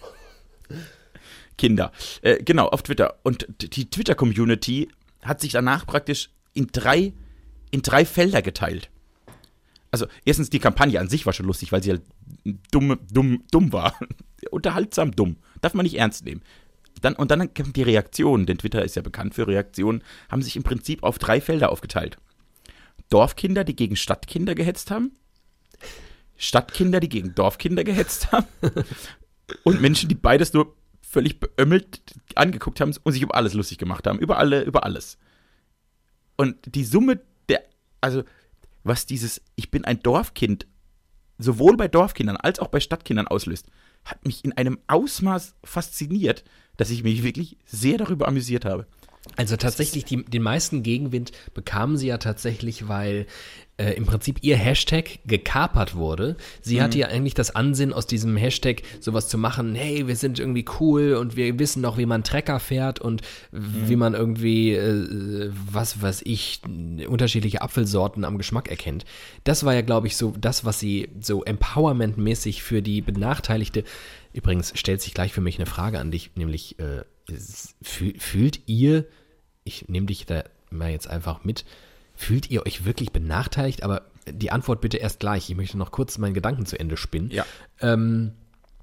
Kinder. Äh, genau, auf Twitter. Und die Twitter-Community hat sich danach praktisch in drei, in drei Felder geteilt. Also erstens, die Kampagne an sich war schon lustig, weil sie halt dumm, dumm, dumm war. Unterhaltsam dumm. Darf man nicht ernst nehmen. Dann, und dann kam die Reaktionen, denn Twitter ist ja bekannt für Reaktionen, haben sich im Prinzip auf drei Felder aufgeteilt. Dorfkinder, die gegen Stadtkinder gehetzt haben. Stadtkinder, die gegen Dorfkinder gehetzt haben. Und Menschen, die beides nur völlig beömmelt angeguckt haben und sich über alles lustig gemacht haben. Über alle, über alles. Und die Summe der, also was dieses Ich bin ein Dorfkind sowohl bei Dorfkindern als auch bei Stadtkindern auslöst, hat mich in einem Ausmaß fasziniert, dass ich mich wirklich sehr darüber amüsiert habe. Also tatsächlich, die, den meisten Gegenwind bekamen sie ja tatsächlich, weil äh, im Prinzip ihr Hashtag gekapert wurde. Sie mhm. hatte ja eigentlich das Ansinnen, aus diesem Hashtag sowas zu machen, hey, wir sind irgendwie cool und wir wissen noch, wie man Trecker fährt und mhm. wie man irgendwie, äh, was weiß ich, unterschiedliche Apfelsorten am Geschmack erkennt. Das war ja, glaube ich, so das, was sie so empowermentmäßig für die benachteiligte. Übrigens stellt sich gleich für mich eine Frage an dich, nämlich äh, fühlt ihr, ich nehme dich da mal jetzt einfach mit, fühlt ihr euch wirklich benachteiligt? Aber die Antwort bitte erst gleich. Ich möchte noch kurz meinen Gedanken zu Ende spinnen. Ja. Ähm,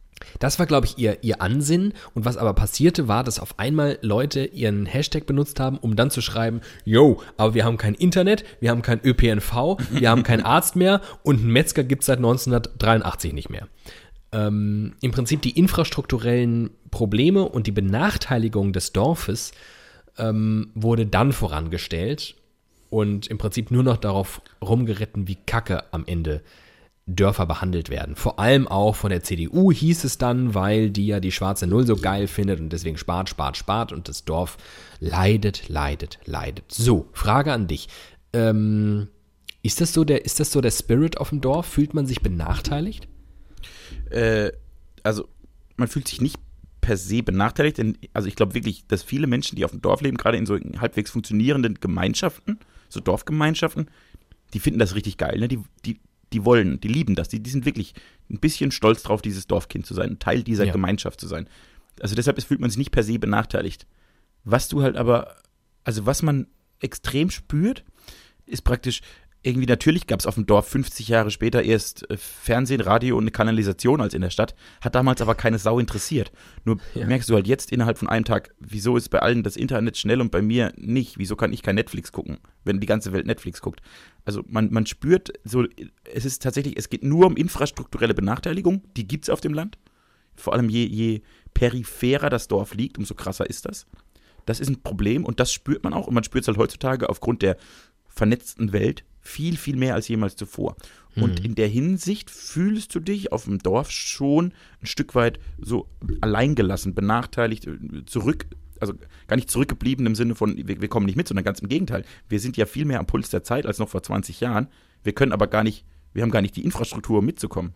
Das war, glaube ich, ihr, ihr Ansinnen. Und was aber passierte, war, dass auf einmal Leute ihren Hashtag benutzt haben, um dann zu schreiben, yo, aber wir haben kein Internet, wir haben kein Ö P N V, wir haben keinen Arzt mehr und einen Metzger gibt es seit neunzehnhundertdreiundachtzig nicht mehr. Ähm, im Prinzip die infrastrukturellen Probleme und die Benachteiligung des Dorfes ähm, wurde dann vorangestellt und im Prinzip nur noch darauf rumgeritten, wie Kacke am Ende Dörfer behandelt werden. Vor allem auch von der C D U hieß es dann, weil die ja die schwarze Null so geil findet und deswegen spart, spart, spart und das Dorf leidet, leidet, leidet. So, Frage an dich. Ähm, ist das so der, ist das so der Spirit auf dem Dorf? Fühlt man sich benachteiligt? Äh, also, man fühlt sich nicht per se benachteiligt, denn also ich glaube wirklich, dass viele Menschen, die auf dem Dorf leben, gerade in so halbwegs funktionierenden Gemeinschaften, so Dorfgemeinschaften, die finden das richtig geil, ne? Die, die Die wollen, die lieben das, die, die sind wirklich ein bisschen stolz drauf, dieses Dorfkind zu sein, Teil dieser ja. Gemeinschaft zu sein. Also deshalb ist, fühlt man sich nicht per se benachteiligt. Was du halt aber, also was man extrem spürt, ist praktisch, irgendwie natürlich gab es auf dem Dorf fünfzig Jahre später erst Fernsehen, Radio und eine Kanalisation als in der Stadt, hat damals aber keine Sau interessiert. Nur ja. merkst du halt jetzt innerhalb von einem Tag, wieso ist bei allen das Internet schnell und bei mir nicht? Wieso kann ich kein Netflix gucken, wenn die ganze Welt Netflix guckt? Also man, man spürt so, es ist tatsächlich, es geht nur um infrastrukturelle Benachteiligung, die gibt es auf dem Land. Vor allem je, je peripherer das Dorf liegt, umso krasser ist das. Das ist ein Problem und das spürt man auch und man spürt es halt heutzutage aufgrund der vernetzten Welt viel, viel mehr als jemals zuvor. Mhm. Und in der Hinsicht fühlst du dich auf dem Dorf schon ein Stück weit so alleingelassen, benachteiligt, zurück, also gar nicht zurückgeblieben im Sinne von, wir, wir kommen nicht mit, sondern ganz im Gegenteil. Wir sind ja viel mehr am Puls der Zeit als noch vor zwanzig Jahren. Wir können aber gar nicht, wir haben gar nicht die Infrastruktur, um mitzukommen.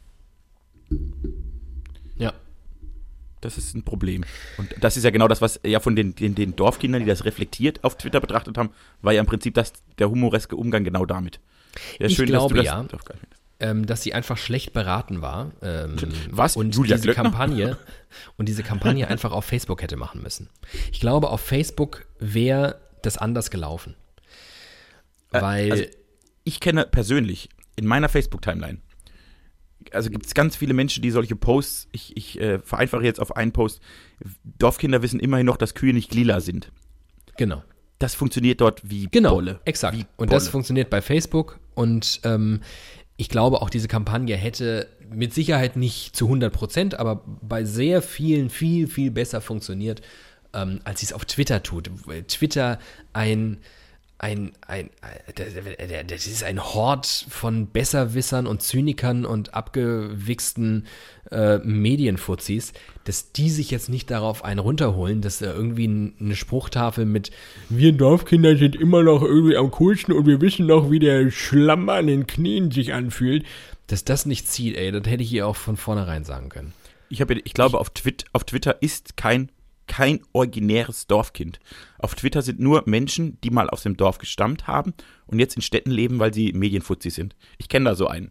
Ja. Das ist ein Problem. Und das ist ja genau das, was ja von den, den, den Dorfkindern, die das reflektiert auf Twitter betrachtet haben, war ja im Prinzip das, der humoreske Umgang genau damit. Ja, ich schön, glaube dass ja, das, ähm, dass sie einfach schlecht beraten war. Ähm, was? Und Julia diese Glöckner? Kampagne und diese Kampagne einfach auf Facebook hätte machen müssen. Ich glaube, auf Facebook wäre das anders gelaufen. Weil also ich kenne persönlich in meiner Facebook-Timeline, also gibt es ganz viele Menschen, die solche Posts, ich, ich äh, vereinfache jetzt auf einen Post, Dorfkinder wissen immerhin noch, dass Kühe nicht lila sind. Genau. Das funktioniert dort wie genau, Bolle. Exakt. Wie und Bolle. Das funktioniert bei Facebook und ähm, ich glaube auch diese Kampagne hätte mit Sicherheit nicht zu hundert Prozent, aber bei sehr vielen viel, viel besser funktioniert, ähm, als sie es auf Twitter tut. Twitter ein Ein, ein, ein, das ist ein Hort von Besserwissern und Zynikern und abgewichsten äh, Medienfuzis, dass die sich jetzt nicht darauf einen runterholen, dass da irgendwie eine Spruchtafel mit wir Dorfkinder sind immer noch irgendwie am coolsten und wir wissen noch, wie der Schlamm an den Knien sich anfühlt, dass das nicht zieht, ey, das hätte ich ihr auch von vornherein sagen können. Ich, hab, ich glaube, auf, Twit, auf Twitter ist kein kein originäres Dorfkind. Auf Twitter sind nur Menschen, die mal aus dem Dorf gestammt haben und jetzt in Städten leben, weil sie Medienfuzzi sind. Ich kenne da so einen.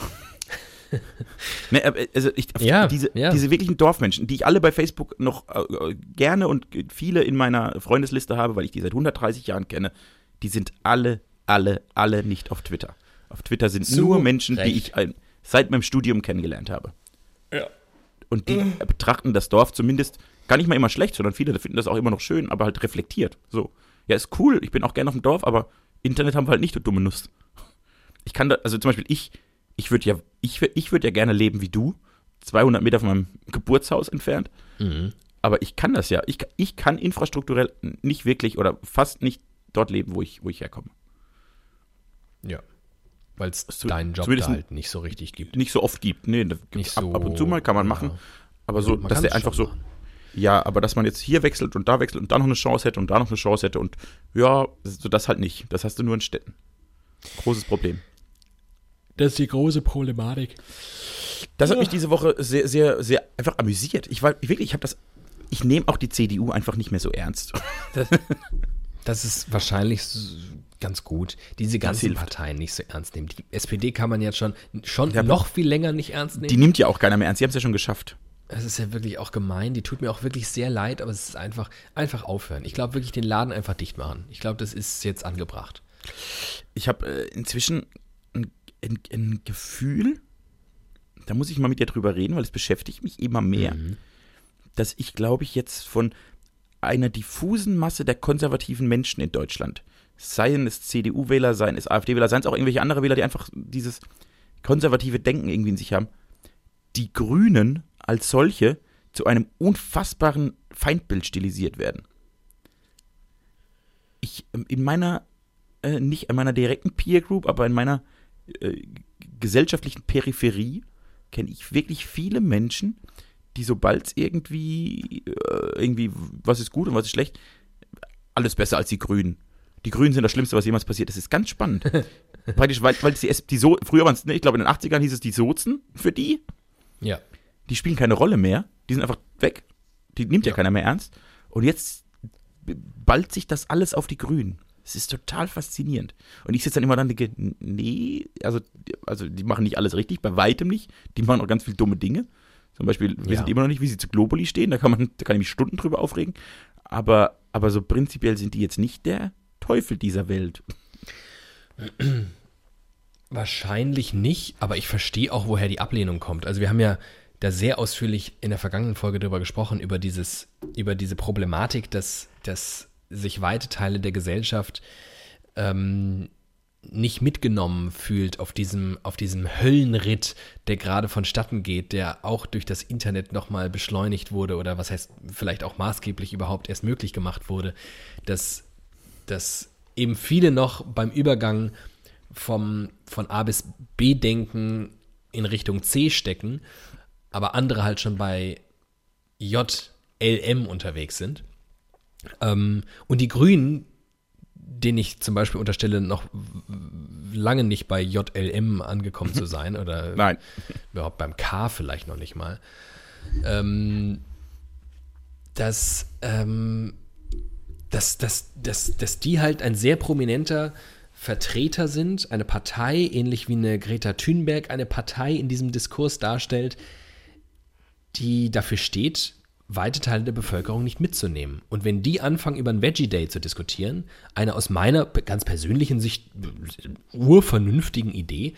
ne, also ich, ja, diese, ja. diese wirklichen Dorfmenschen, die ich alle bei Facebook noch äh, gerne und viele in meiner Freundesliste habe, weil ich die seit hundertdreißig Jahren kenne, die sind alle, alle, alle nicht auf Twitter. Auf Twitter sind Zu nur Menschen, Recht. die ich ein, seit meinem Studium kennengelernt habe. Ja. Und die mhm. betrachten das Dorf zumindest gar nicht mal immer schlecht, sondern viele finden das auch immer noch schön, aber halt reflektiert. So, ja, ist cool, ich bin auch gerne auf dem Dorf, aber Internet haben wir halt nicht, du dumme Nuss. Ich kann da, also zum Beispiel ich, ich würde ja, ich, ich würde ja gerne leben wie du, zweihundert Meter von meinem Geburtshaus entfernt, Mhm. aber ich kann das ja, ich, ich kann infrastrukturell nicht wirklich oder fast nicht dort leben, wo ich, wo ich herkomme. Ja. Weil es Zu- deinen Job zumindest da halt nicht so richtig gibt. Nicht so oft gibt, nee, das Nicht gibt's so, ab, ab und zu mal kann man ja. machen, aber so, Man dass kann der es einfach schon so, machen. ja, aber dass man jetzt hier wechselt und da wechselt und da noch eine Chance hätte und da noch eine Chance hätte und ja, so das halt nicht. Das hast du nur in Städten. Großes Problem. Das ist die große Problematik. Das hat mich diese Woche sehr, sehr, sehr einfach amüsiert. Ich war wirklich, ich habe das, ich nehme auch die C D U einfach nicht mehr so ernst. Das ist wahrscheinlich s- ganz gut, diese ganzen hilft. Parteien nicht so ernst nehmen. Die S P D kann man jetzt schon, schon Ja, noch viel länger nicht ernst Die nehmen. nimmt ja auch keiner mehr ernst. Sie haben es ja schon geschafft. Es ist ja wirklich auch gemein. Die tut mir auch wirklich sehr leid, aber es ist einfach, einfach aufhören. Ich glaube wirklich, den Laden einfach dicht machen. Ich glaube, das ist jetzt angebracht. Ich habe äh, inzwischen ein, ein, ein Gefühl, da muss ich mal mit dir drüber reden, weil es beschäftigt mich immer mehr, mhm. dass ich, glaube ich, jetzt von einer diffusen Masse der konservativen Menschen in Deutschland, seien es C D U-Wähler, seien es AfD-Wähler, seien es auch irgendwelche andere Wähler, die einfach dieses konservative Denken irgendwie in sich haben, die Grünen als solche zu einem unfassbaren Feindbild stilisiert werden. Ich, in meiner, äh, nicht in meiner direkten Peer Group, aber in meiner äh, gesellschaftlichen Peripherie kenne ich wirklich viele Menschen, die sobald es irgendwie, äh, irgendwie, was ist gut und was ist schlecht, alles besser als die Grünen. Die Grünen sind das Schlimmste, was jemals passiert. Das ist ganz spannend. Praktisch, weil, weil die, die so, früher waren es, ne, ich glaube in den achtzigern hieß es die Sozen für die. Ja. Die spielen keine Rolle mehr. Die sind einfach weg. Die nimmt ja, ja keiner mehr ernst. Und jetzt ballt sich das alles auf die Grünen. Es ist total faszinierend. Und ich sitze dann immer dann und denke, nee, also, also die machen nicht alles richtig, bei weitem nicht. Die machen auch ganz viele dumme Dinge. Zum Beispiel, wir ja. wissen immer noch nicht, wie sie zu Globuli stehen. Da kann man, da kann ich mich Stunden drüber aufregen. Aber, aber so prinzipiell sind die jetzt nicht der Teufel dieser Welt. Wahrscheinlich nicht, aber ich verstehe auch, woher die Ablehnung kommt. Also wir haben ja da sehr ausführlich in der vergangenen Folge darüber gesprochen, über dieses, über diese Problematik, dass, dass sich weite Teile der Gesellschaft ähm, nicht mitgenommen fühlt auf diesem, auf diesem Höllenritt, der gerade vonstatten geht, der auch durch das Internet nochmal beschleunigt wurde oder was heißt, vielleicht auch maßgeblich überhaupt erst möglich gemacht wurde, dass, dass eben viele noch beim Übergang vom, von A bis B-Denken in Richtung C stecken, aber andere halt schon bei J L M unterwegs sind. Ähm, und die Grünen, denen ich zum Beispiel unterstelle, noch lange nicht bei J L M angekommen zu sein oder Nein. überhaupt beim K vielleicht noch nicht mal, ähm, dass, ähm, dass, dass, dass, dass die halt ein sehr prominenter Vertreter sind, eine Partei, ähnlich wie eine Greta Thunberg, eine Partei in diesem Diskurs darstellt, die dafür steht, weite Teile der Bevölkerung nicht mitzunehmen. Und wenn die anfangen, über ein Veggie Day zu diskutieren, eine aus meiner ganz persönlichen Sicht urvernünftigen Idee,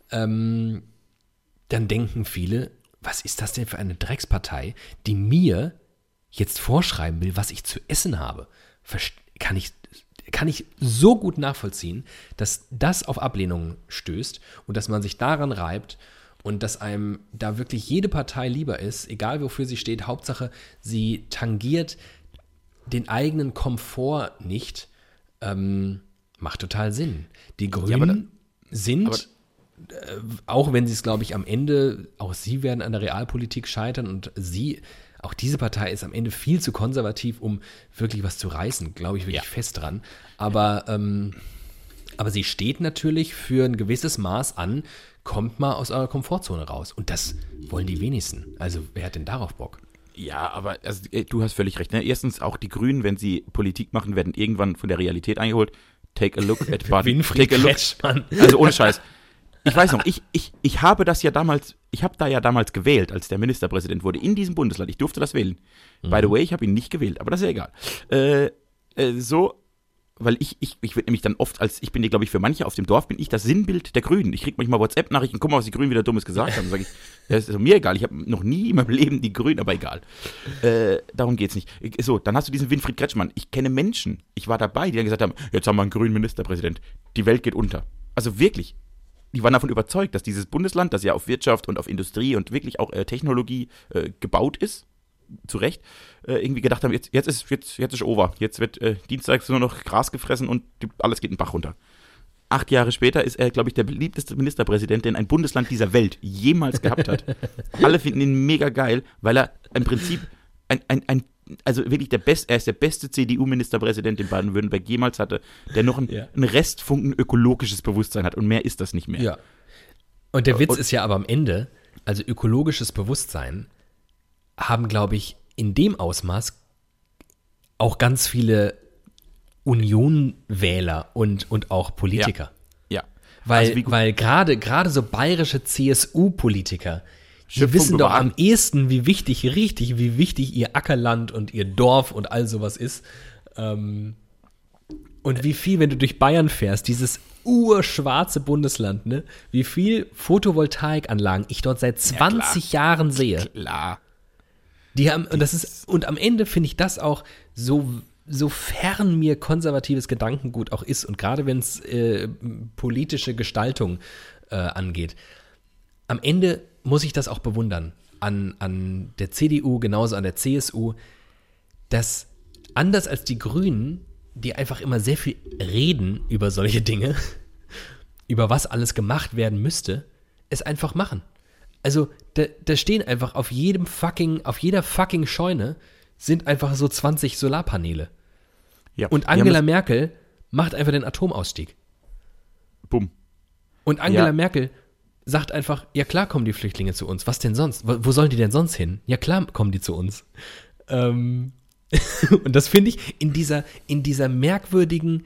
ähm, dann denken viele, was ist das denn für eine Dreckspartei, die mir jetzt vorschreiben will, was ich zu essen habe? Verst- kann ich, kann ich so gut nachvollziehen, dass das auf Ablehnung stößt und dass man sich daran reibt, und dass einem da wirklich jede Partei lieber ist, egal wofür sie steht, Hauptsache, sie tangiert den eigenen Komfort nicht, ähm, macht total Sinn. Die Grünen ja, aber da, sind, aber, äh, auch wenn sie es, glaube ich, am Ende, auch sie werden an der Realpolitik scheitern und sie, auch diese Partei ist am Ende viel zu konservativ, um wirklich was zu reißen, glaube ich wirklich ja. fest dran. Aber, ähm, aber sie steht natürlich für ein gewisses Maß an, kommt mal aus eurer Komfortzone raus. Und das wollen die wenigsten. Also wer hat denn darauf Bock? Ja, aber also, du hast völlig recht. Ne? Erstens, auch die Grünen, wenn sie Politik machen, werden irgendwann von der Realität eingeholt. Take a look at Baden. Winfried Kretschmann. Also ohne Scheiß. Ich weiß noch, ich, ich, ich habe das ja damals, ich habe da ja damals gewählt, als der Ministerpräsident wurde, in diesem Bundesland. Ich durfte das wählen. Mhm. By the way, ich habe ihn nicht gewählt, aber das ist ja egal. Äh, äh, so, weil ich, ich, ich werde nämlich dann oft, als ich bin ja, glaube ich, für manche auf dem Dorf, bin ich das Sinnbild der Grünen. Ich kriege manchmal WhatsApp-Nachrichten, guck mal, was die Grünen wieder Dummes gesagt haben. Dann sage ich, das ist mir egal, ich habe noch nie in meinem Leben die Grünen, aber egal. Äh, darum geht's nicht. So, dann hast du diesen Winfried Kretschmann. Ich kenne Menschen, ich war dabei, die dann gesagt haben, jetzt haben wir einen grünen Ministerpräsident, die Welt geht unter. Also wirklich, die waren davon überzeugt, dass dieses Bundesland, das ja auf Wirtschaft und auf Industrie und wirklich auch äh, Technologie äh, gebaut ist, zu Recht, äh, irgendwie gedacht haben, jetzt, jetzt ist jetzt, jetzt ist over. Jetzt wird äh, dienstags nur noch Gras gefressen und die, alles geht den Bach runter. Acht Jahre später ist er, glaube ich, der beliebteste Ministerpräsident, den ein Bundesland dieser Welt jemals gehabt hat. Alle finden ihn mega geil, weil er im Prinzip ein, ein, ein also wirklich der beste, er ist der beste C D U-Ministerpräsident, den Baden-Württemberg jemals hatte, der noch ein, ja. einen Restfunken ökologisches Bewusstsein hat und mehr ist das nicht mehr. Ja. Und der Witz und, ist ja aber am Ende, also ökologisches Bewusstsein haben, glaube ich, in dem Ausmaß auch ganz viele Union-Wähler und, und auch Politiker. Ja. ja. Weil, also weil gerade, gerade so bayerische C S U-Politiker, die wissen doch am ehesten, wie wichtig, richtig, wie wichtig ihr Ackerland und ihr Dorf und all sowas ist. Ähm, und wie viel, wenn du durch Bayern fährst, dieses urschwarze Bundesland, ne? Wie viel Photovoltaikanlagen ich dort seit zwanzig ja, Jahren sehe. Klar. Die haben, und das ist, und am Ende finde ich das auch so, so fern mir konservatives Gedankengut auch ist, und gerade wenn es äh, politische Gestaltung äh, angeht, am Ende muss ich das auch bewundern an, an der C D U, genauso an der C S U, dass anders als die Grünen, die einfach immer sehr viel reden über solche Dinge, über was alles gemacht werden müsste, es einfach machen. Also da, da stehen einfach auf jedem fucking, auf jeder fucking Scheune sind einfach so zwanzig Solarpaneele. Ja, und Angela Merkel macht einfach den Atomausstieg. Bumm. Und Angela ja. Merkel sagt einfach, ja klar kommen die Flüchtlinge zu uns. Was denn sonst? Wo, wo sollen die denn sonst hin? Ja klar kommen die zu uns. Ähm, und das finde ich in dieser, in dieser merkwürdigen,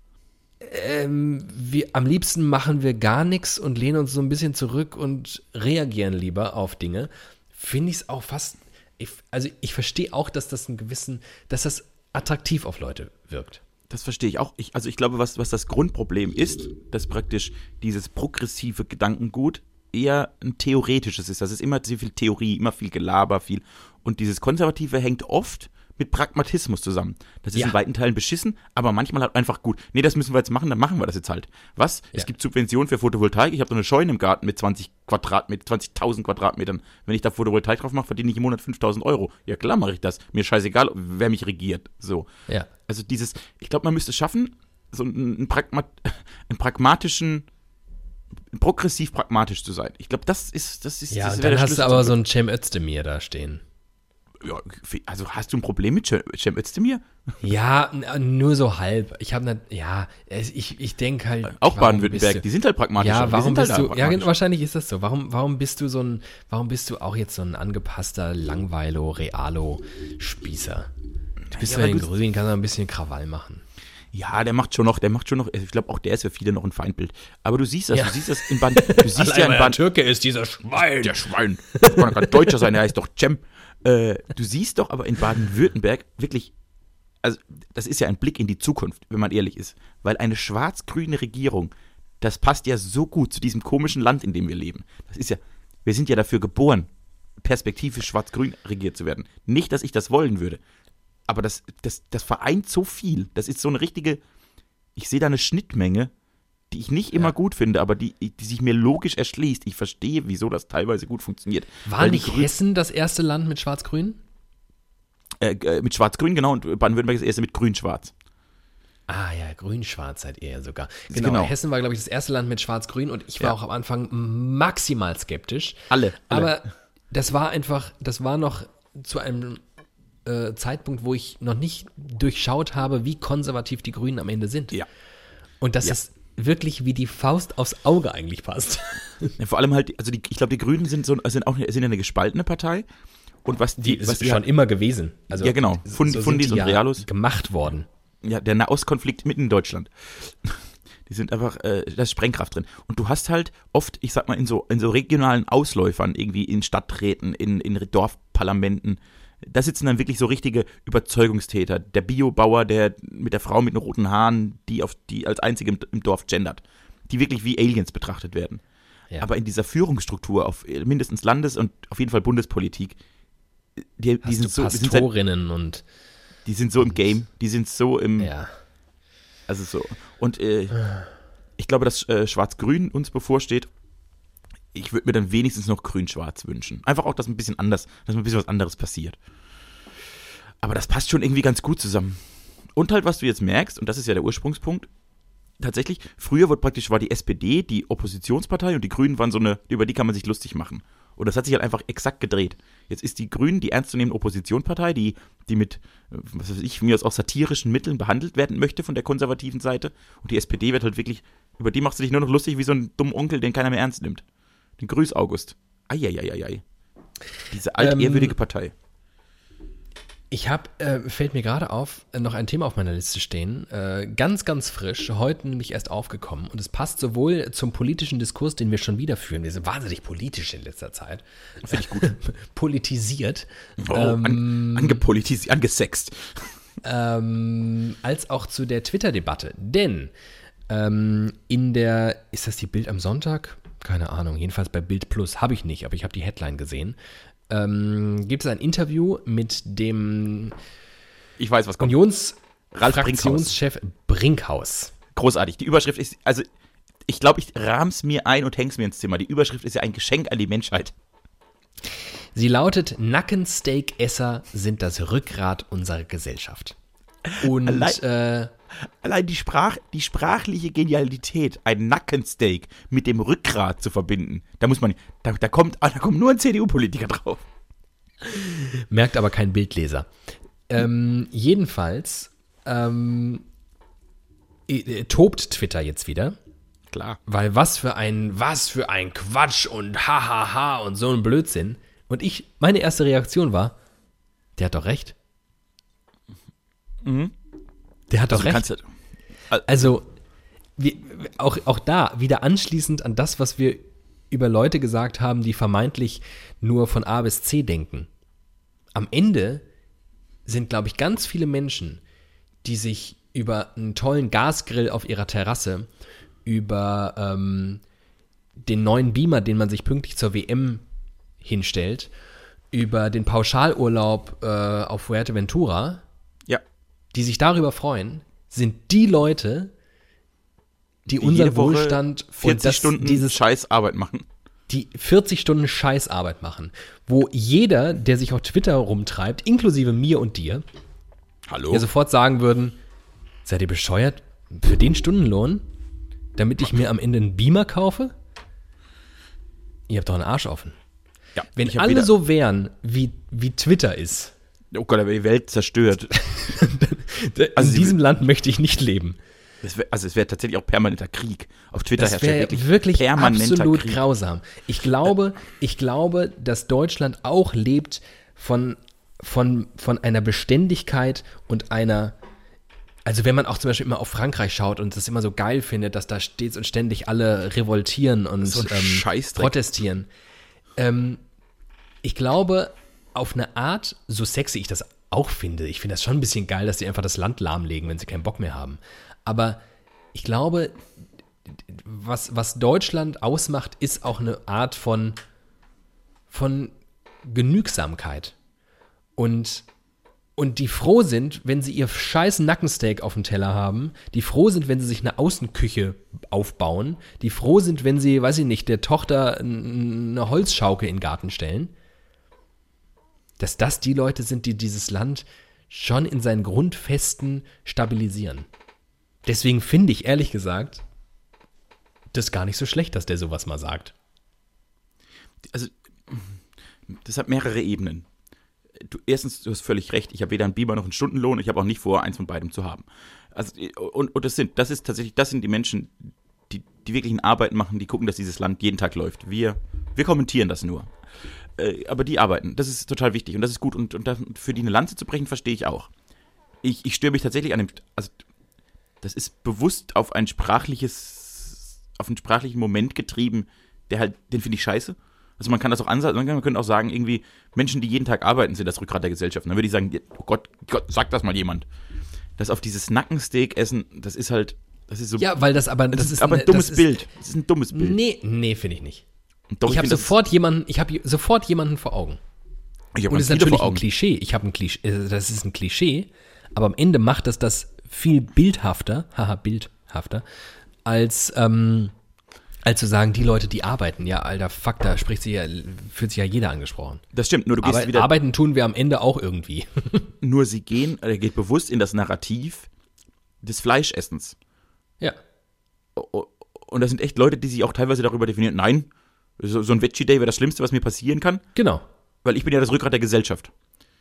ähm, wir, am liebsten machen wir gar nichts und lehnen uns so ein bisschen zurück und reagieren lieber auf Dinge, finde ich es auch fast, ich, also ich verstehe auch, dass das einen gewissen, dass das attraktiv auf Leute wirkt. Das verstehe ich auch. Ich, also ich glaube, was, was das Grundproblem ist, dass praktisch dieses progressive Gedankengut eher ein theoretisches ist. Das ist immer sehr viel Theorie, immer viel Gelaber, viel. Und dieses Konservative hängt oft mit Pragmatismus zusammen. Das ist ja. in weiten Teilen beschissen, aber manchmal halt einfach gut. Nee, das müssen wir jetzt machen, dann machen wir das jetzt halt. Was? Ja. Es gibt Subventionen für Photovoltaik. Ich habe so eine Scheune im Garten mit zwanzig Quadratmetern, zwanzigtausend Quadratmetern. Wenn ich da Photovoltaik drauf mache, verdiene ich im Monat fünftausend Euro. Ja klar mache ich das. Mir scheißegal, wer mich regiert. So. Ja. Also dieses, ich glaube, man müsste es schaffen, so einen, einen, Pragmat, einen pragmatischen, progressiv pragmatisch zu sein. Ich glaube, das ist, das ist, ja, das und dann hast du aber so einen Cem Özdemir da stehen. Ja, also hast du ein Problem mit Cem Özdemir? Ja, nur so halb. Ich habe ne, ja, ich, ich denke halt. Auch Baden-Württemberg, die sind halt pragmatisch. Ja, warum bist halt du? Ja, wahrscheinlich ist das so. Warum, warum bist du so ein, warum bist du auch jetzt so ein angepasster Langweilo, Realo Spießer? Du bist ja, bei den Grünen, kannst du ein bisschen Krawall machen. Ja, der macht schon noch, der macht schon noch, ich glaube auch der ist für viele noch ein Feindbild. Aber du siehst das, ja. du siehst das in Baden, du siehst ja in Baden. Der Türke ist dieser Schwein. Der Schwein. Das kann kein Deutscher sein, der heißt doch Cem. Äh, du siehst doch aber in Baden-Württemberg wirklich, also das ist ja ein Blick in die Zukunft, wenn man ehrlich ist. Weil eine schwarz-grüne Regierung, das passt ja so gut zu diesem komischen Land, in dem wir leben. Das ist ja, wir sind ja dafür geboren, perspektivisch schwarz-grün regiert zu werden. Nicht, dass ich das wollen würde. Aber das, das, das vereint so viel. Das ist so eine richtige, ich sehe da eine Schnittmenge, die ich nicht immer ja. gut finde, aber die, die sich mir logisch erschließt. Ich verstehe, wieso das teilweise gut funktioniert. War nicht Grün- Hessen das erste Land mit Schwarz-Grün? Äh, äh, mit Schwarz-Grün, genau, und Baden-Württemberg ist das erste mit Grün-Schwarz. Ah ja, Grün-Schwarz seid ihr ja sogar. Genau, genau. Hessen war, glaube ich, das erste Land mit Schwarz-Grün und ich war ja. auch am Anfang maximal skeptisch. Alle, alle. Aber das war einfach, das war noch zu einem äh, Zeitpunkt, wo ich noch nicht durchschaut habe, wie konservativ die Grünen am Ende sind. Ja. Und das ja. ist wirklich wie die Faust aufs Auge eigentlich passt. Ja, vor allem halt, also die, ich glaube, die Grünen sind so sind auch sind eine gespaltene Partei. Und was die, die was ist schon halt, immer gewesen. Also ja, genau. Fund, so Fundis und ja Realos. Gemacht worden. Ja, der Nahostkonflikt mitten in Deutschland. Die sind einfach, äh, da ist Sprengkraft drin. Und du hast halt oft, ich sag mal, in so, in so regionalen Ausläufern, irgendwie in Stadträten, in, in Dorfparlamenten, da sitzen dann wirklich so richtige Überzeugungstäter. Der Biobauer, der mit der Frau mit den roten Haaren, die auf die als einzige im, im Dorf gendert, die wirklich wie Aliens betrachtet werden. Ja. Aber in dieser Führungsstruktur auf mindestens Landes- und auf jeden Fall Bundespolitik, die, die sind so, Pastorinnen die sind halt, und die sind so im Game, die sind so im, ja. also so. Und äh, ich glaube, dass äh, Schwarz-Grün uns bevorsteht. Ich würde mir dann wenigstens noch Grün-Schwarz wünschen. Einfach auch, dass ein bisschen anders, dass ein bisschen was anderes passiert. Aber das passt schon irgendwie ganz gut zusammen. Und halt, was du jetzt merkst, und das ist ja der Ursprungspunkt, tatsächlich, früher wurde praktisch, war die S P D die Oppositionspartei und die Grünen waren so eine, über die kann man sich lustig machen. Und das hat sich halt einfach exakt gedreht. Jetzt ist die Grünen die ernstzunehmende Oppositionspartei, die, die mit, was weiß ich, von mir aus auch satirischen Mitteln behandelt werden möchte von der konservativen Seite. Und die S P D wird halt wirklich, über die machst du dich nur noch lustig wie so ein dummer Onkel, den keiner mehr ernst nimmt. Den Grüß August. Eieieiei. Diese altehrwürdige ähm, Partei. Ich habe, äh, fällt mir gerade auf, äh, noch ein Thema auf meiner Liste stehen. Äh, ganz, ganz frisch, heute nämlich erst aufgekommen. Und es passt sowohl zum politischen Diskurs, den wir schon wieder führen. Wir sind wahnsinnig politisch in letzter Zeit. Finde ich gut. Politisiert. Oh, ähm, an, angepolitisiert, angesext. Ähm, als auch zu der Twitter-Debatte. Denn Ähm, in der, ist das die Bild am Sonntag? Keine Ahnung, jedenfalls bei Bild Plus habe ich nicht, aber ich habe die Headline gesehen. Ähm, gibt es ein Interview mit dem Ich weiß, was kommt. Unionsfraktionschef Brinkhaus. Großartig. Die Überschrift ist, also ich glaube, ich rahm's mir ein und häng's mir ins Zimmer. Die Überschrift ist ja ein Geschenk an die Menschheit. Sie lautet: Nackensteak-Esser sind das Rückgrat unserer Gesellschaft. Und Allein- äh, Allein die, Sprach, die sprachliche Genialität, ein Nackensteak mit dem Rückgrat zu verbinden, da muss man, da, da, kommt, da kommt nur ein C D U-Politiker drauf. merkt aber kein Bildleser. Ähm, jedenfalls ähm, äh, tobt Twitter jetzt wieder. Klar. Weil was für ein, was für ein Quatsch und hahaha und so ein Blödsinn. Und ich, meine erste Reaktion war, der hat doch recht. Mhm. Der hat doch Also recht. kannst du, Also, wir, auch, auch da, wieder anschließend an das, was wir über Leute gesagt haben, die vermeintlich nur von A bis C denken. Am Ende sind, glaube ich, ganz viele Menschen, die sich über einen tollen Gasgrill auf ihrer Terrasse, über ähm, den neuen Beamer, den man sich pünktlich zur W M hinstellt, über den Pauschalurlaub äh, auf Fuerteventura, ja. die sich darüber freuen, sind die Leute, die, Die unseren jede Woche Wohlstand und vierzig das, Stunden dieses, scheiß Arbeit machen. die vierzig Stunden Scheißarbeit machen, wo jeder, der sich auf Twitter rumtreibt, inklusive mir und dir, Hallo? ja sofort sagen würden, seid ihr bescheuert? Für den Stundenlohn? Damit ich mir am Ende einen Beamer kaufe? Ihr habt doch einen Arsch offen. Ja, Wenn ich hab alle wieder- so wären, wie, wie Twitter ist, Oh Gott, da wäre die Welt zerstört. in Also sie- diesem Land möchte ich nicht leben. Das wär, also es wäre tatsächlich auch permanenter Krieg. Auf Twitter Das herrscht ja wäre wirklich, wirklich, permanenter absolut Krieg. grausam. Ich glaube, ich glaube, dass Deutschland auch lebt von, von, von einer Beständigkeit und einer, also wenn man auch zum Beispiel immer auf Frankreich schaut und das immer so geil findet, dass da stets und ständig alle revoltieren und So ein ähm, Scheißdreck. protestieren. Ähm, ich glaube, auf eine Art, so sexy ich das auch finde, ich finde das schon ein bisschen geil, dass sie einfach das Land lahmlegen, wenn sie keinen Bock mehr haben. Aber ich glaube, was, was Deutschland ausmacht, ist auch eine Art von, von Genügsamkeit. Und, und die froh sind, wenn sie ihr scheiß Nackensteak auf dem Teller haben, die froh sind, wenn sie sich eine Außenküche aufbauen, die froh sind, wenn sie, weiß ich nicht, der Tochter n- eine Holzschaukel in den Garten stellen, dass das die Leute sind, die dieses Land schon in seinen Grundfesten stabilisieren. Deswegen finde ich, ehrlich gesagt, das gar nicht so schlecht, dass der sowas mal sagt. Also, das hat mehrere Ebenen. Du, erstens, du hast völlig recht, ich habe weder einen Beamer noch einen Stundenlohn, ich habe auch nicht vor, eins von beidem zu haben. Also, und, und das sind, das ist tatsächlich, das sind die Menschen, die, die wirklichen Arbeiten machen, die gucken, dass dieses Land jeden Tag läuft. Wir, wir kommentieren das nur. Äh, aber die arbeiten, das ist total wichtig und das ist gut und, und das, für die eine Lanze zu brechen, verstehe ich auch. Ich, ich störe mich tatsächlich an dem, also das ist bewusst auf ein sprachliches, auf einen sprachlichen Moment getrieben, der halt, den finde ich scheiße. Also man kann das auch ansagen, man könnte auch sagen, irgendwie, Menschen, die jeden Tag arbeiten, sind das Rückgrat der Gesellschaft. Und dann würde ich sagen, oh Gott, Gott, sag das mal jemand. Das auf dieses Nackensteak essen, das ist halt, das ist so, Ja, weil das aber, das, das ist, ist aber ein eine- dummes das ist- Bild. Das ist ein dummes Bild. Nee, nee, finde ich nicht. Und doch, ich habe find, das sofort jemanden, ich habe sofort jemanden vor Augen. ist, ich hab Und ganz es ist viele natürlich vor ein Augen. Klischee. Ich habe ein Klischee, äh, das ist ein Klischee, aber am Ende macht das das viel bildhafter, haha, bildhafter, als, ähm, als zu sagen, die Leute, die arbeiten. Ja, alter, fuck, da spricht sich ja, fühlt sich ja jeder angesprochen. Das stimmt, nur du gehst Aber wieder, arbeiten tun wir am Ende auch irgendwie. nur sie gehen, er geht bewusst in das Narrativ des Fleischessens. Ja. Und das sind echt Leute, die sich auch teilweise darüber definieren, nein, so, so ein Veggie-Day wäre das Schlimmste, was mir passieren kann, Genau. weil ich bin ja das Rückgrat der Gesellschaft.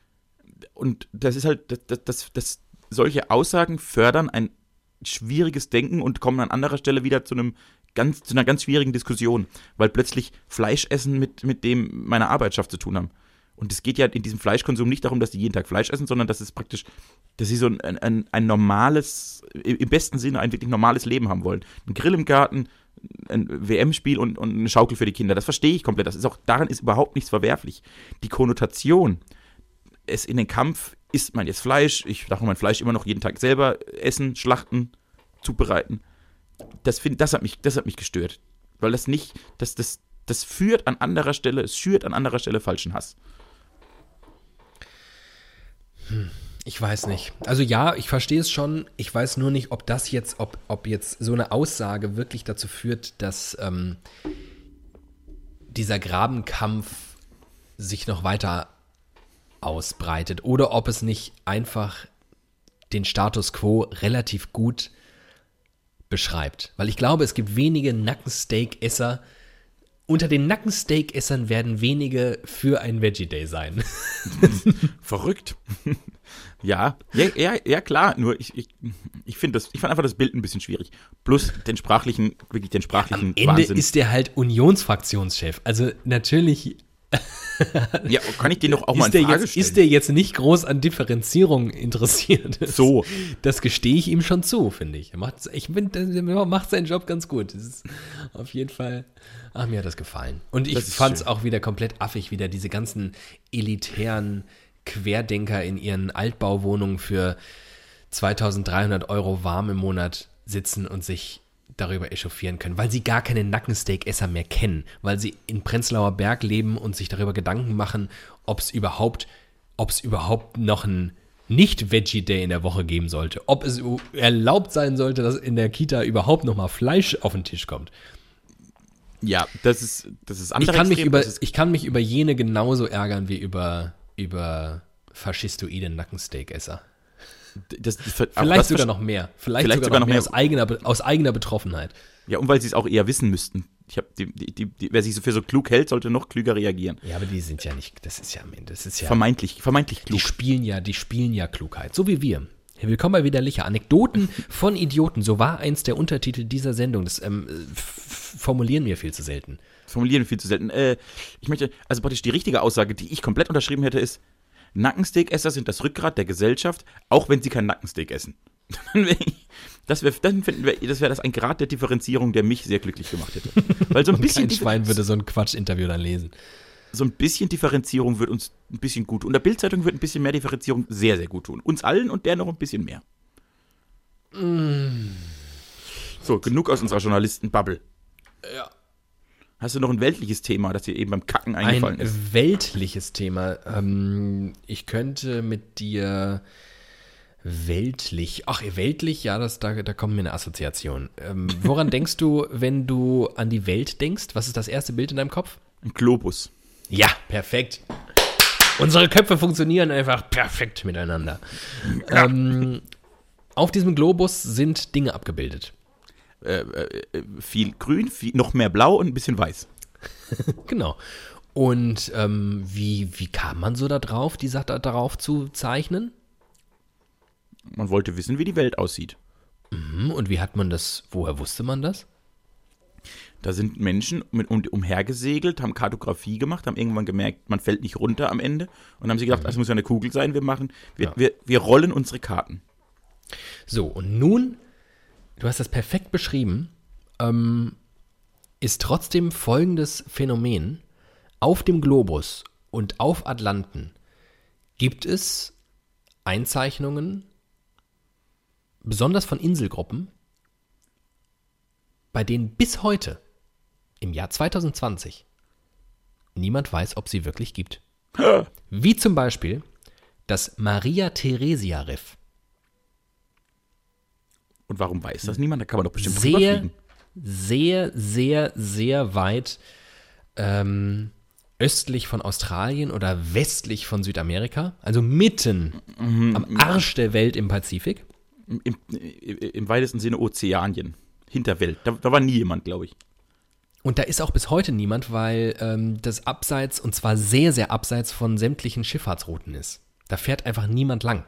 Und das ist halt, das, das, das, das solche Aussagen fördern ein schwieriges Denken und kommen an anderer Stelle wieder zu einem ganz, zu einer ganz schwierigen Diskussion, weil plötzlich Fleischessen mit, mit dem meiner Arbeitschaft zu tun haben. Und es geht ja in diesem Fleischkonsum nicht darum, dass die jeden Tag Fleisch essen, sondern dass es praktisch, dass sie so ein, ein, ein normales, im besten Sinne ein wirklich normales Leben haben wollen. Ein Grill im Garten, ein W M-Spiel und, und eine Schaukel für die Kinder. Das verstehe ich komplett. Das ist auch, daran ist überhaupt nichts verwerflich. Die Konnotation, es in den Kampf, isst man jetzt Fleisch, ich darf mein Fleisch immer noch jeden Tag selber essen, schlachten, zubereiten. das, find, das, hat mich, das hat mich gestört. Weil das nicht, das, das, das führt an anderer Stelle, es schürt an anderer Stelle falschen Hass. Hm. Ich weiß nicht. Also ja, ich verstehe es schon. Ich weiß nur nicht, ob das jetzt, ob, ob jetzt so eine Aussage wirklich dazu führt, dass ähm, dieser Grabenkampf sich noch weiter ausbreitet oder ob es nicht einfach den Status quo relativ gut beschreibt. Weil ich glaube, es gibt wenige Nackensteak-Esser. Unter den Nackensteak-Essern werden wenige für ein Veggie-Day sein. Verrückt. Ja, ja, ja, ja, klar, nur ich, ich, ich finde das, ich fand einfach das Bild ein bisschen schwierig. Plus den sprachlichen, wirklich den sprachlichen Am Ende Wahnsinn. ist der halt Unionsfraktionschef. Also natürlich. Ja, kann ich den doch auch ist mal in der Frage jetzt, stellen? Ist der jetzt nicht groß an Differenzierung interessiert? Das, So. Das gestehe ich ihm schon zu, finde ich. Er macht, ich finde, er macht seinen Job ganz gut. Das ist auf jeden Fall, ach, mir hat das gefallen. Und ich fand es auch wieder komplett affig, wieder diese ganzen elitären Querdenker in ihren Altbauwohnungen für zweitausenddreihundert Euro warm im Monat sitzen und sich darüber echauffieren können, weil sie gar keine Nackensteak-Esser mehr kennen, weil sie in Prenzlauer Berg leben und sich darüber Gedanken machen, ob es überhaupt, ob es überhaupt noch ein Nicht-Veggie-Day in der Woche geben sollte, ob es erlaubt sein sollte, dass in der Kita überhaupt noch mal Fleisch auf den Tisch kommt. Ja, das ist das ist Ich kann, mich Extrem, über, das ist, ich kann mich über jene genauso ärgern wie über, über faschistoide Nackensteak-Esser. das, das, Vielleicht das sogar noch mehr. Vielleicht, vielleicht sogar, noch mehr, mehr. Aus, eigener, aus eigener Betroffenheit. Ja, und weil sie es auch eher wissen müssten. Ich hab die, die, die, wer sich so für so klug hält, sollte noch klüger reagieren. Ja, aber die sind ja nicht, das ist ja am Ende, das ist ja, Vermeintlich, vermeintlich die klug. spielen ja, die spielen ja Klugheit, so wie wir. Willkommen bei Widerlicher. Anekdoten von Idioten, so war eins der Untertitel dieser Sendung. Das ähm, f- formulieren wir viel zu selten. Formulieren viel zu selten. Äh, ich möchte, also praktisch die richtige Aussage, die ich komplett unterschrieben hätte, ist, Nackensteak-Esser sind das Rückgrat der Gesellschaft, auch wenn sie kein Nackensteak essen. Das wäre dann finden wir, das wäre das ein Grad der Differenzierung, der mich sehr glücklich gemacht hätte. Weil so ein bisschen, Kein Schwein würde so ein Quatsch-Interview dann lesen. so ein bisschen Differenzierung wird uns ein bisschen gut tun. Und der Bild-Zeitung wird ein bisschen mehr Differenzierung sehr, sehr gut tun. Uns allen und der noch ein bisschen mehr. Mm. So, genug aus unserer Journalisten-Bubble. Ja. Hast du noch ein weltliches Thema, das dir eben beim Kacken eingefallen Ein ist? weltliches Thema. Ähm, ich könnte mit dir weltlich, ach, weltlich, ja, das, da, da kommt mir eine Assoziation. Ähm, woran denkst du, wenn du an die Welt denkst? Was ist das erste Bild in deinem Kopf? Ein Globus. Ja, perfekt. Unsere Köpfe funktionieren einfach perfekt miteinander. Ja. Ähm, auf diesem Globus sind Dinge abgebildet. Äh, äh, viel grün, viel, noch mehr blau und ein bisschen weiß. Genau. Und ähm, wie, wie kam man so da drauf, die Sache darauf zu zeichnen? Man wollte wissen, wie die Welt aussieht. Mhm, und wie hat man das, woher wusste man das? Da sind Menschen mit, um, umhergesegelt, haben Kartografie gemacht, haben irgendwann gemerkt, man fällt nicht runter am Ende und haben sich gedacht, das muss ja eine Kugel sein, wir machen, wir, Ja. wir, wir rollen unsere Karten. So, und nun, du hast das perfekt beschrieben, ähm, ist trotzdem folgendes Phänomen. Auf dem Globus und auf Atlanten gibt es Einzeichnungen, besonders von Inselgruppen, bei denen bis heute, im Jahr zwanzig zwanzig, niemand weiß, ob sie wirklich gibt. Wie zum Beispiel das Maria-Theresia-Riff. Und warum weiß das niemand? Da kann man doch bestimmt drüber Sehr, fliegen. sehr, sehr, sehr weit ähm, östlich von Australien oder westlich von Südamerika, also mitten am Arsch der Welt im Pazifik. Im, im, Im weitesten Sinne Ozeanien. Hinterwelt. Da, da war nie jemand, glaube ich. Und da ist auch bis heute niemand, weil ähm, das abseits, und zwar sehr, sehr abseits von sämtlichen Schifffahrtsrouten ist. Da fährt einfach niemand lang.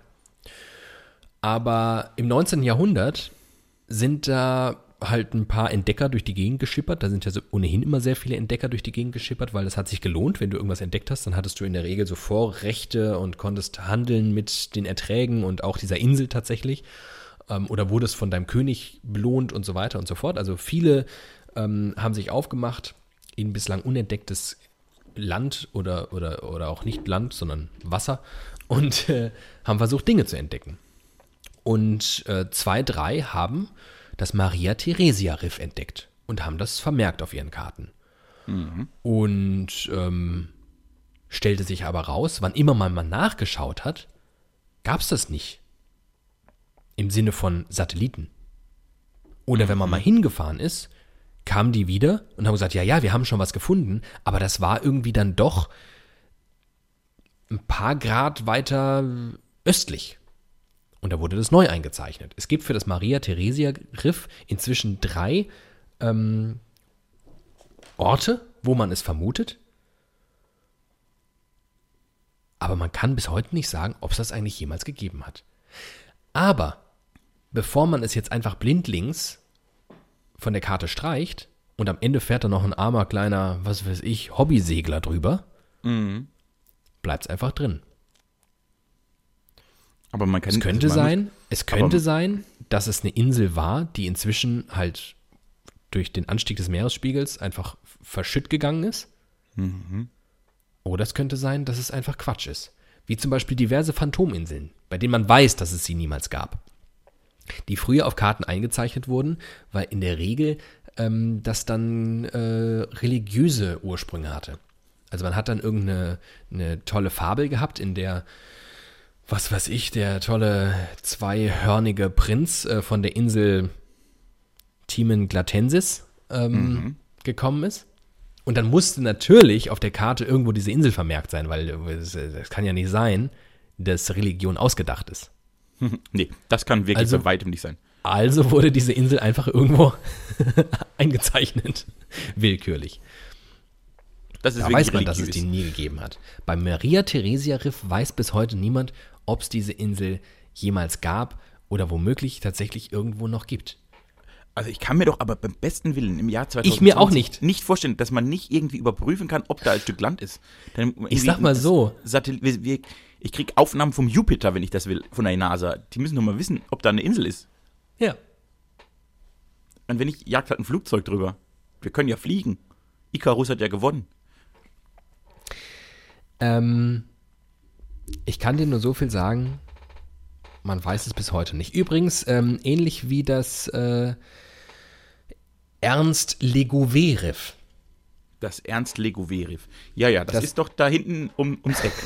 Aber im neunzehnten Jahrhundert sind da halt ein paar Entdecker durch die Gegend geschippert. Da sind ja so ohnehin immer sehr viele Entdecker durch die Gegend geschippert, weil das hat sich gelohnt. Wenn du irgendwas entdeckt hast, dann hattest du in der Regel so Vorrechte und konntest handeln mit den Erträgen und auch dieser Insel tatsächlich. Ähm, oder wurdest von deinem König belohnt und so weiter und so fort. Also viele ähm, haben sich aufgemacht in bislang unentdecktes Land oder, oder, oder auch nicht Land, sondern Wasser und äh, haben versucht, Dinge zu entdecken. Und äh, zwei, drei haben das Maria-Theresia-Riff entdeckt und haben das vermerkt auf ihren Karten. Mhm. Und ähm, stellte sich aber raus, wann immer man mal nachgeschaut hat, gab es das nicht. Im Sinne von Satelliten. Oder mhm. wenn man mal hingefahren ist, kamen die wieder und haben gesagt, ja, ja, wir haben schon was gefunden, aber das war irgendwie dann doch ein paar Grad weiter östlich. Und da wurde das neu eingezeichnet. Es gibt für das Maria-Theresia-Riff inzwischen drei ähm, Orte, wo man es vermutet. Aber man kann bis heute nicht sagen, ob es das eigentlich jemals gegeben hat. Aber bevor man es jetzt einfach blindlings von der Karte streicht und am Ende fährt da noch ein armer, kleiner, was weiß ich, Hobbysegler drüber, mhm. bleibt es einfach drin. Aber man kann es könnte also sein, muss, es könnte sein, dass es eine Insel war, die inzwischen halt durch den Anstieg des Meeresspiegels einfach verschütt gegangen ist. Mhm. Oder es könnte sein, dass es einfach Quatsch ist. Wie zum Beispiel diverse Phantominseln, bei denen man weiß, dass es sie niemals gab. Die früher auf Karten eingezeichnet wurden, weil in der Regel ähm, das dann äh, religiöse Ursprünge hatte. Also man hat dann irgendeine eine tolle Fabel gehabt, in der, was weiß ich, der tolle zweihörnige Prinz äh, von der Insel Timon Glatensis ähm, mhm. gekommen ist. Und dann musste natürlich auf der Karte irgendwo diese Insel vermerkt sein, weil es kann ja nicht sein, dass Religion ausgedacht ist. Nee, das kann wirklich also, bei weitem nicht sein. Also wurde diese Insel einfach irgendwo eingezeichnet. Willkürlich. Das ist da weiß man, religiös. Dass es die nie gegeben hat. Beim Maria-Theresia-Riff weiß bis heute niemand, ob es diese Insel jemals gab oder womöglich tatsächlich irgendwo noch gibt. Also ich kann mir doch aber beim besten Willen im Jahr zwanzig zwanzig ich mir auch nicht. nicht vorstellen, dass man nicht irgendwie überprüfen kann, ob da ein Stück Land ist. Dann ich sag mal so. Satellit, wir, wir, ich krieg Aufnahmen vom Jupiter, wenn ich das will, von der NASA. Die müssen doch mal wissen, ob da eine Insel ist. Ja. Und wenn nicht, jagt halt ein Flugzeug drüber. Wir können ja fliegen. Icarus hat ja gewonnen. Ähm, ich kann dir nur so viel sagen, man weiß es bis heute nicht. Übrigens, ähm, ähnlich wie das äh, Ernst-Legouvé-Riff. Das Ernst-Legouvé-Riff. Ja, ja, das, das ist doch da hinten um, ums Eck.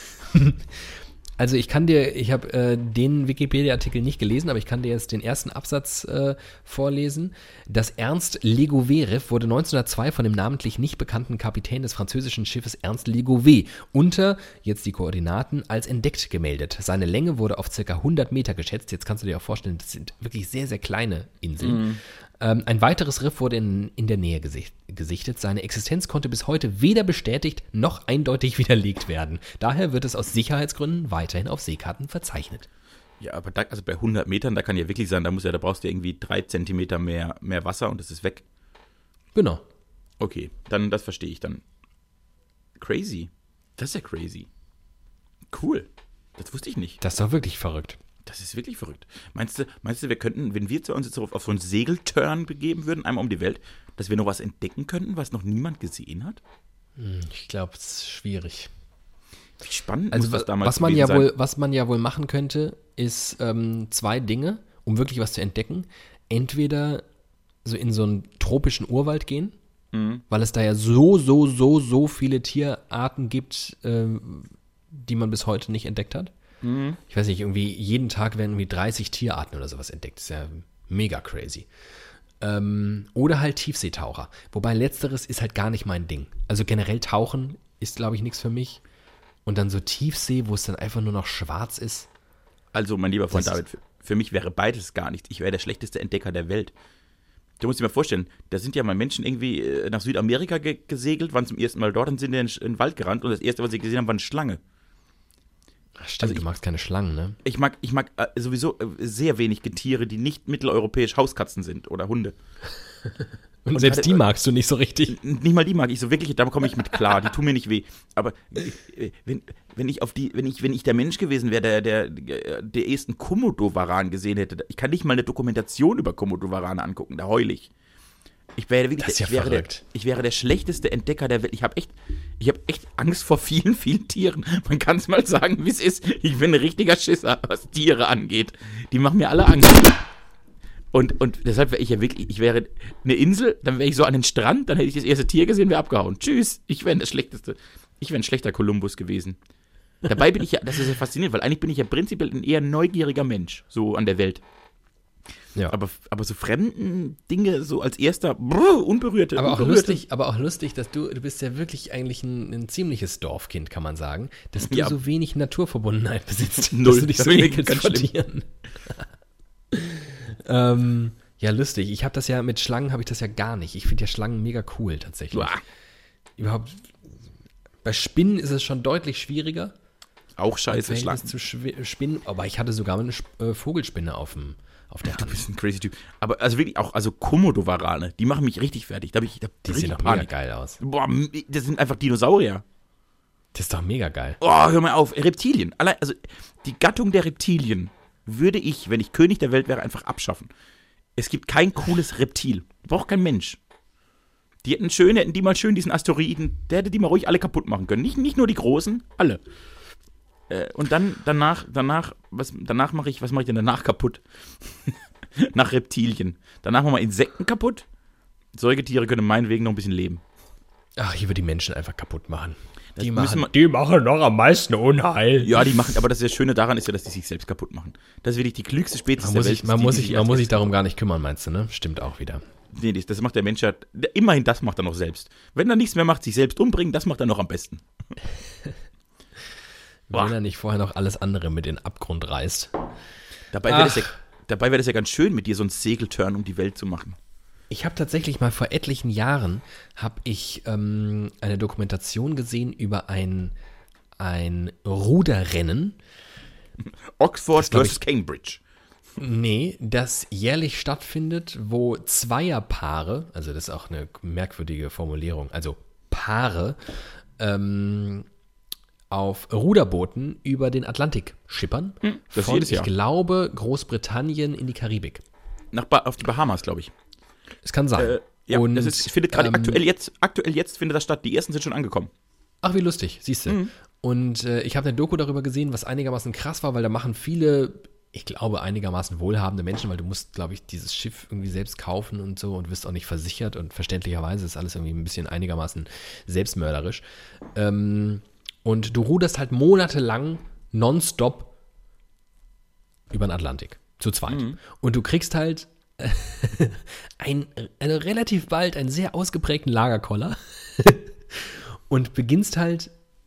Also ich kann dir, ich habe äh, den Wikipedia-Artikel nicht gelesen, aber ich kann dir jetzt den ersten Absatz äh, vorlesen. Das Ernst-Legouvé-Riff wurde neunzehnhundertzwei von dem namentlich nicht bekannten Kapitän des französischen Schiffes Ernst Legouvé unter, jetzt die Koordinaten, als entdeckt gemeldet. Seine Länge wurde auf ca. hundert Meter geschätzt. Jetzt kannst du dir auch vorstellen, das sind wirklich sehr, sehr kleine Inseln. Mhm. Ähm, ein weiteres Riff wurde in, in der Nähe gesicht, gesichtet. Seine Existenz konnte bis heute weder bestätigt noch eindeutig widerlegt werden. Daher wird es aus Sicherheitsgründen weiterhin auf Seekarten verzeichnet. Ja, aber da, also bei hundert Metern, da kann ja wirklich sein, da muss ja, da brauchst du irgendwie drei Zentimeter mehr, mehr Wasser und das ist weg. Genau. Okay, dann das verstehe ich dann. Crazy. Das ist ja crazy. Cool. Das wusste ich nicht. Das ist doch wirklich verrückt. Das ist wirklich verrückt. Meinst du, meinst du, wir könnten, wenn wir zu uns jetzt auf, auf so einen Segelturn begeben würden, einmal um die Welt, dass wir noch was entdecken könnten, was noch niemand gesehen hat? Ich glaube, es ist schwierig. Wie spannend also, muss das damals was man ja sein. wohl, was man ja wohl machen könnte, ist ähm, zwei Dinge, um wirklich was zu entdecken. Entweder so in so einen tropischen Urwald gehen, mhm. weil es da ja so, so, so, so viele Tierarten gibt, äh, die man bis heute nicht entdeckt hat. Mhm. Ich weiß nicht, irgendwie jeden Tag werden irgendwie dreißig Tierarten oder sowas entdeckt. Das ist ja mega crazy. Ähm, oder halt Tiefseetaucher. Wobei letzteres ist halt gar nicht mein Ding. Also generell Tauchen ist, glaube ich, nichts für mich. Und dann so Tiefsee, wo es dann einfach nur noch schwarz ist. Also, mein lieber Freund David, für, für mich wäre beides gar nichts. Ich wäre der schlechteste Entdecker der Welt. Du musst dir mal vorstellen, da sind ja mal Menschen irgendwie nach Südamerika ge- gesegelt, waren zum ersten Mal dort und sind in den Wald gerannt und das erste, was sie gesehen haben, war eine Schlange. Stimmt, also du ich, magst keine Schlangen, ne? Ich mag, ich mag äh, sowieso äh, sehr wenig Tiere, die nicht mitteleuropäisch Hauskatzen sind oder Hunde. Und, und selbst hatte, die magst du nicht so richtig. Nicht mal die mag ich so wirklich, da komme ich mit klar, die tun mir nicht weh. Aber äh, wenn, wenn ich auf die, wenn ich, wenn ich der Mensch gewesen wäre, der, der, der ersten Komodowaran gesehen hätte, ich kann nicht mal eine Dokumentation über Komodowarane angucken, da heul ich. Ich wäre wirklich, das ist ja ich, wäre der, ich wäre der schlechteste Entdecker der Welt. Ich habe echt, ich habe echt Angst vor vielen, vielen Tieren. Man kann es mal sagen, wie es ist. Ich bin ein richtiger Schisser, was Tiere angeht. Die machen mir alle Angst. Und, und deshalb wäre ich ja wirklich, ich wäre eine Insel, dann wäre ich so an den Strand, dann hätte ich das erste Tier gesehen, wäre abgehauen. Tschüss, ich wäre das Schlechteste. Ich wäre ein schlechter Kolumbus gewesen. Dabei bin ich ja, das ist ja faszinierend, weil eigentlich bin ich ja prinzipiell ein eher neugieriger Mensch, so an der Welt. Ja. Aber, aber so fremden Dinge so als erster, brr, unberührte. Aber auch unberührte. lustig, aber auch lustig, dass du, du bist ja wirklich eigentlich ein, ein ziemliches Dorfkind, kann man sagen, dass du Ja. so wenig Naturverbundenheit besitzt, Null. dass du dich so Das finde ich ekelst ganz vor schlimm. Tieren. ähm, ja, lustig. Ich habe das ja, mit Schlangen habe ich das ja gar nicht. Ich finde ja Schlangen mega cool, tatsächlich. Uah. Überhaupt, bei Spinnen ist es schon deutlich schwieriger. Auch im scheiße, Verhältnis Schlangen. zu Schwi- Spinnen, aber ich hatte sogar mal eine Sp- äh, Vogelspinne auf, dem, auf der Du Hand. bist ein crazy Typ. Aber also wirklich auch, also Komodo-Warane, die machen mich richtig fertig. Da hab ich, da hab Die ich sehen richtig doch mega Panik. geil aus. Boah, das sind einfach Dinosaurier. Das ist doch mega geil. Oh, hör mal auf. Reptilien. Allein, also die Gattung der Reptilien würde ich, wenn ich König der Welt wäre, einfach abschaffen. Es gibt kein cooles Reptil. Braucht kein Mensch. Die hätten schön, hätten die mal schön diesen Asteroiden, der hätte die mal ruhig alle kaputt machen können. Nicht, nicht nur die Großen, alle. Äh, und dann, danach, danach, was, danach mache ich, was mache ich denn danach kaputt? Nach Reptilien. Danach machen wir Insekten kaputt. Säugetiere können meinetwegen noch ein bisschen leben. Ach, ich würde die Menschen einfach kaputt machen. Die Das müssen machen, wir- die machen noch am meisten Unheil. Ja, die machen, aber das, ist das Schöne daran ist ja, dass die sich selbst kaputt machen. Das ist wirklich die klügste Spezies Man der muss Welt. sich, man die, muss die sich, sich man muss als sich darum gar nicht kümmern, meinst du, ne? Stimmt auch wieder. Nee, das, das macht der Mensch ja, der, immerhin das macht er noch selbst. Wenn er nichts mehr macht, sich selbst umbringen, das macht er noch am besten. Boah. Wenn er nicht vorher noch alles andere mit in den Abgrund reißt. Dabei wäre das, Ach. ja, dabei wär das ja ganz schön, mit dir so einen Segelturn um die Welt zu machen. Ich habe tatsächlich mal vor etlichen Jahren habe ich ähm, eine Dokumentation gesehen über ein, ein Ruderrennen. Oxford glaub versus Cambridge. Nee, das jährlich stattfindet, wo Zweierpaare, also das ist auch eine merkwürdige Formulierung, also Paare, ähm, auf Ruderbooten über den Atlantik schippern. das von, jedes ich Jahr. glaube, Großbritannien in die Karibik. Nach ba- auf die Bahamas, glaube ich. Es kann sein. Äh, ja, Und, das ist, findet gerade ähm, aktuell jetzt, aktuell jetzt findet das statt. Die ersten sind schon angekommen. Ach, wie lustig, siehst du. Mhm. Und äh, ich habe eine Doku darüber gesehen, was einigermaßen krass war, weil da machen viele, ich glaube, einigermaßen wohlhabende Menschen, weil du musst, glaube ich, dieses Schiff irgendwie selbst kaufen und so und wirst auch nicht versichert und verständlicherweise ist alles irgendwie ein bisschen einigermaßen selbstmörderisch. Ähm, und du ruderst halt monatelang nonstop über den Atlantik, zu zweit. Mhm. Und du kriegst halt ein, also relativ bald einen sehr ausgeprägten Lagerkoller und beginnst halt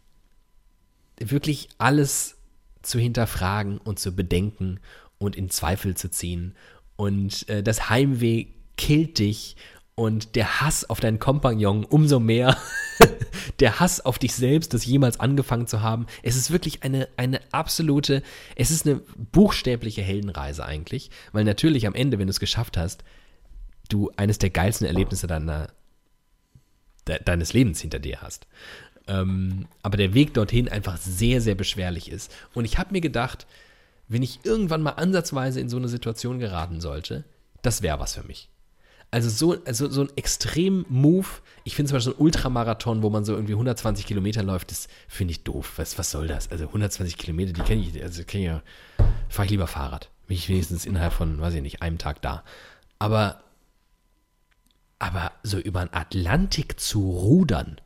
wirklich alles zu hinterfragen und zu bedenken und in Zweifel zu ziehen. Und äh, das Heimweh killt dich und der Hass auf deinen Kompagnon umso mehr. Der Hass auf dich selbst, das jemals angefangen zu haben. Es ist wirklich eine, eine absolute, es ist eine buchstäbliche Heldenreise eigentlich, weil natürlich am Ende, wenn du es geschafft hast, du eines der geilsten Erlebnisse deiner, de, deines Lebens hinter dir hast. Ähm, aber der Weg dorthin einfach sehr, sehr beschwerlich ist. Und ich habe mir gedacht, wenn ich irgendwann mal ansatzweise in so eine Situation geraten sollte, das wäre was für mich. Also so, also so ein Extrem-Move, ich finde zum Beispiel so ein Ultramarathon, wo man so irgendwie hundertzwanzig Kilometer läuft, das finde ich doof. Was, was soll das? Also hundertzwanzig Kilometer, die kenne ich, also kenne ich ja, fahre ich lieber Fahrrad. Bin ich wenigstens innerhalb von, weiß ich nicht, einem Tag da. Aber, aber so über den Atlantik zu rudern,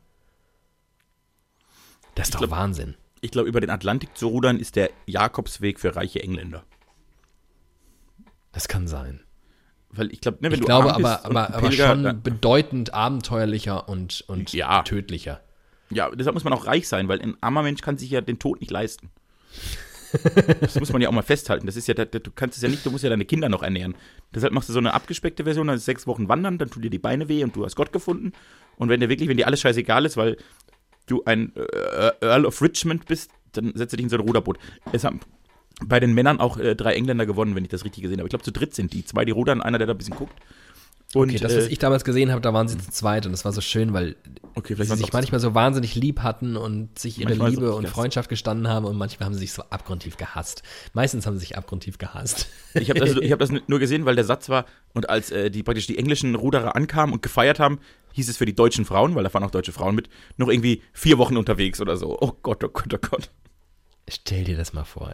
das ist doch glaub- Wahnsinn. Ich glaube, über den Atlantik zu rudern ist der Jakobsweg für reiche Engländer. Das kann sein. Weil ich glaube, ne, wenn Ich du glaube arm bist aber, und aber, ein aber Pilger, schon dann- bedeutend abenteuerlicher und, und Ja. tödlicher. Ja, deshalb muss man auch reich sein, weil ein armer Mensch kann sich ja den Tod nicht leisten. Das muss man ja auch mal festhalten. Das ist ja, du kannst es ja nicht, du musst ja deine Kinder noch ernähren. Deshalb machst du so eine abgespeckte Version, dann ist sechs Wochen wandern, dann tut dir die Beine weh und du hast Gott gefunden. Und wenn dir wirklich, wenn dir alles scheißegal ist, weil du ein äh, Earl of Richmond bist, dann setzt du dich in so ein Ruderboot. Es haben bei den Männern auch äh, drei Engländer gewonnen, wenn ich das richtig gesehen habe. Ich glaube, zu dritt sind die. Zwei, die rudern, einer, der da ein bisschen guckt. Und, Okay, das, was äh, ich damals gesehen habe, da waren sie zu zweit und das war so schön, weil okay, sie vielleicht sich manchmal so wahnsinnig lieb hatten und sich ihre Manchmal so Liebe und richtig Freundschaft gestanden haben und manchmal haben sie sich so abgrundtief gehasst. Meistens haben sie sich abgrundtief gehasst. Ich habe das, ich hab das nur gesehen, weil der Satz war, und als äh, die praktisch die englischen Ruderer ankamen und gefeiert haben, hieß es für die deutschen Frauen, weil da fahren auch deutsche Frauen mit, noch irgendwie vier Wochen unterwegs oder so. Oh Gott, oh Gott, oh Gott. Stell dir das mal vor, ey.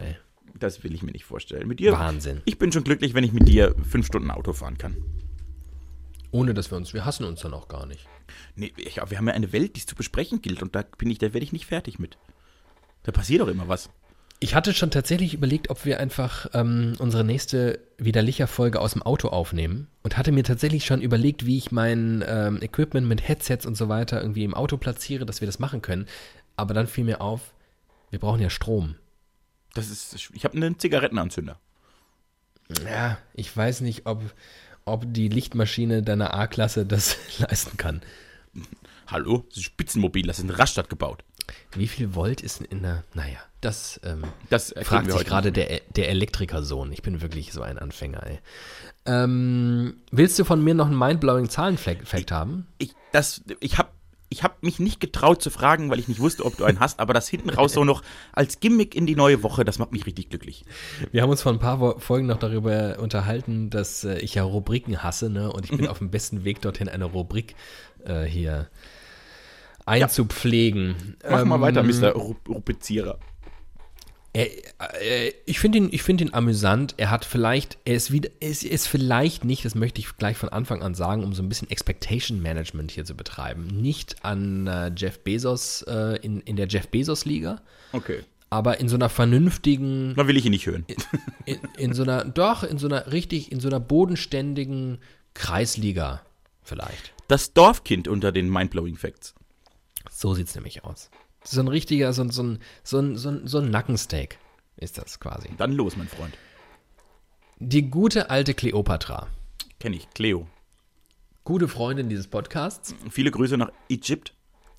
Das will ich mir nicht vorstellen. Mit dir, Wahnsinn. Ich bin schon glücklich, wenn ich mit dir fünf Stunden Auto fahren kann. Ohne, dass wir uns, wir hassen uns dann auch gar nicht. Nee, ich, wir haben ja eine Welt, die es zu besprechen gilt und da bin ich, da werde ich nicht fertig mit. Da passiert doch immer was. Ich hatte schon tatsächlich überlegt, ob wir einfach ähm, unsere nächste Widerlicher-Folge aus dem Auto aufnehmen und hatte mir tatsächlich schon überlegt, wie ich mein ähm, Equipment mit Headsets und so weiter irgendwie im Auto platziere, dass wir das machen können. Aber dann fiel mir auf, wir brauchen ja Strom. Das ist, ich habe einen Zigarettenanzünder. Ja, ich weiß nicht, ob, ob die Lichtmaschine deiner A-Klasse das leisten kann. Hallo? Das ist ein Spitzenmobil, das ist in Rastatt gebaut. Wie viel Volt ist in der, naja, das, ähm, das fragt wir sich heute gerade der, der Elektrikersohn. Ich bin wirklich so ein Anfänger, ey. Ähm, willst du von mir noch einen mindblowing Zahlenfact haben? Ich, das, ich habe ich hab mich nicht getraut zu fragen, weil ich nicht wusste, ob du einen hast, aber das hinten raus so noch als Gimmick in die neue Woche, das macht mich richtig glücklich. Wir haben uns vor ein paar Wo- Folgen noch darüber unterhalten, dass äh, ich ja Rubriken hasse, ne? Und ich bin Mhm. auf dem besten Weg dorthin, eine Rubrik äh, hier einzupflegen. Mach ähm, mal weiter, Mister Ru- Rupezierer. Er, äh, ich finde ihn, ich finde ihn amüsant. Er hat vielleicht, er ist wieder, er ist, er ist vielleicht nicht, das möchte ich gleich von Anfang an sagen, um so ein bisschen Expectation Management hier zu betreiben, nicht an äh, Jeff Bezos äh, in, in der Jeff Bezos Liga, Okay. aber in so einer vernünftigen, Dann will ich ihn nicht hören. in, in so einer, doch, in so einer richtig, in so einer bodenständigen Kreisliga vielleicht. Das Dorfkind unter den Mindblowing Facts. So sieht's nämlich aus. So ein richtiger, so ein, so ein, so ein, so ein, so ein Nackensteak ist das quasi. Dann los, mein Freund. Die gute alte Kleopatra. Kenn ich, Cleo. Gute Freundin dieses Podcasts. Viele Grüße nach Egypt.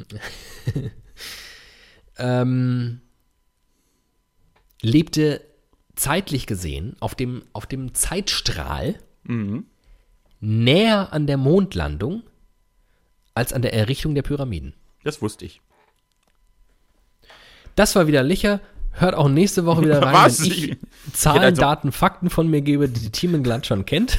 ähm, lebte zeitlich gesehen auf dem, auf dem Zeitstrahl Mhm. näher an der Mondlandung als an der Errichtung der Pyramiden. Das wusste ich. Das war wieder Licher. Hört auch nächste Woche wieder rein, Was? wenn ich Ich- Zahlen, also- Daten, Fakten von mir gebe, die Thiemenglatt schon kennt.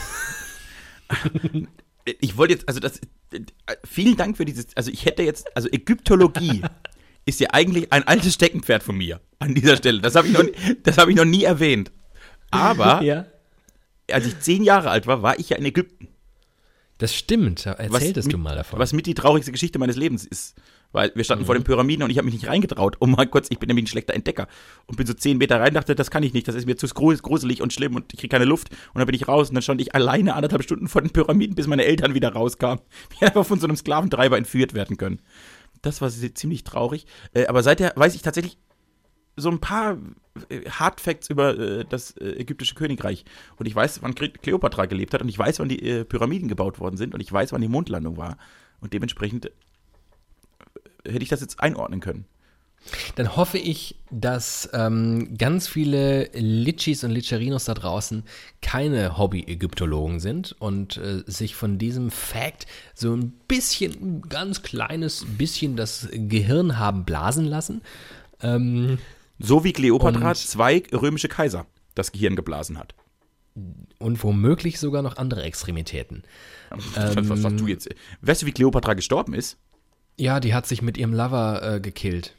Ich wollte jetzt, also das, vielen Dank für dieses, also ich hätte jetzt, also Ägyptologie ist ja eigentlich ein altes Steckenpferd von mir an dieser Stelle. Das habe ich, noch nie- das hab ich noch nie erwähnt. Aber Ja. als ich zehn Jahre alt war, war ich ja in Ägypten. Das stimmt. Erzähltest mit, du mal davon. Was mit die traurigste Geschichte meines Lebens ist. Weil wir standen Mhm. vor den Pyramiden und ich habe mich nicht reingetraut. Um mal kurz, ich bin nämlich ein schlechter Entdecker. Und bin so zehn Meter rein, dachte, das kann ich nicht, das ist mir zu grus- gruselig und schlimm und ich kriege keine Luft. Und dann bin ich raus und dann stand ich alleine anderthalb Stunden vor den Pyramiden, bis meine Eltern wieder rauskamen. Die einfach von so einem Sklaventreiber entführt werden können. Das war sehr- ziemlich traurig. Äh, aber seither weiß ich tatsächlich so ein paar äh, Hardfacts über äh, das äh, ägyptische Königreich. Und ich weiß, wann Kle- Kleopatra gelebt hat und ich weiß, wann die äh, Pyramiden gebaut worden sind und ich weiß, wann die Mondlandung war. Und dementsprechend äh, hätte ich das jetzt einordnen können. Dann hoffe ich, dass ähm, ganz viele Litschis und Litscherinos da draußen keine Hobby-Ägyptologen sind und äh, sich von diesem Fact so ein bisschen, ein ganz kleines bisschen das Gehirn haben blasen lassen. Ähm, So wie Kleopatra Und- zwei römische Kaiser das Gehirn geblasen hat. und womöglich sogar noch andere Extremitäten. Was, was sagst du jetzt? Weißt du, wie Kleopatra gestorben ist? Ja, die hat sich mit ihrem Lover äh, gekillt.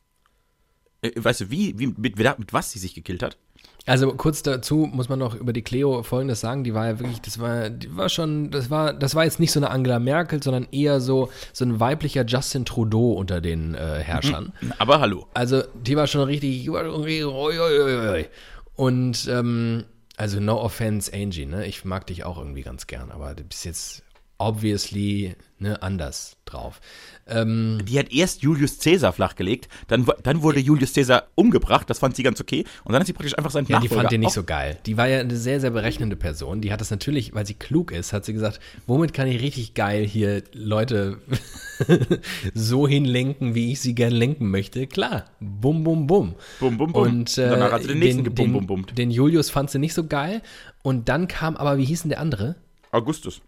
Äh, weißt du, wie, wie mit, mit was sie sich gekillt hat? Also kurz dazu muss man noch über die Cleo Folgendes sagen, die war ja wirklich, das war, die war schon, das war, das war jetzt nicht so eine Angela Merkel, sondern eher so, so ein weiblicher Justin Trudeau unter den äh, Herrschern. Aber hallo. Also die war schon richtig, die war schon richtig oi, oi, oi, oi. Und ähm, also no offense Angie, ne, ich mag dich auch irgendwie ganz gern, aber du bist jetzt obviously ne, anders drauf. Ähm, Die hat erst Julius Caesar flachgelegt, dann, dann wurde Julius Caesar umgebracht, das fand sie ganz okay. Und dann hat sie praktisch einfach seinen Ja, die Nachfolger fand die nicht auch- so geil. Die war ja eine sehr, sehr berechnende Person. Die hat das natürlich, weil sie klug ist, hat sie gesagt, womit kann ich richtig geil hier Leute so hinlenken, wie ich sie gern lenken möchte? Klar, bum, bum, bum. Bum, bum, bum. Und, äh, Und danach hat sie den nächsten den, gebum, den, bum, bummt. den Julius fand sie nicht so geil. Und dann kam aber, wie hieß denn der andere? Augustus.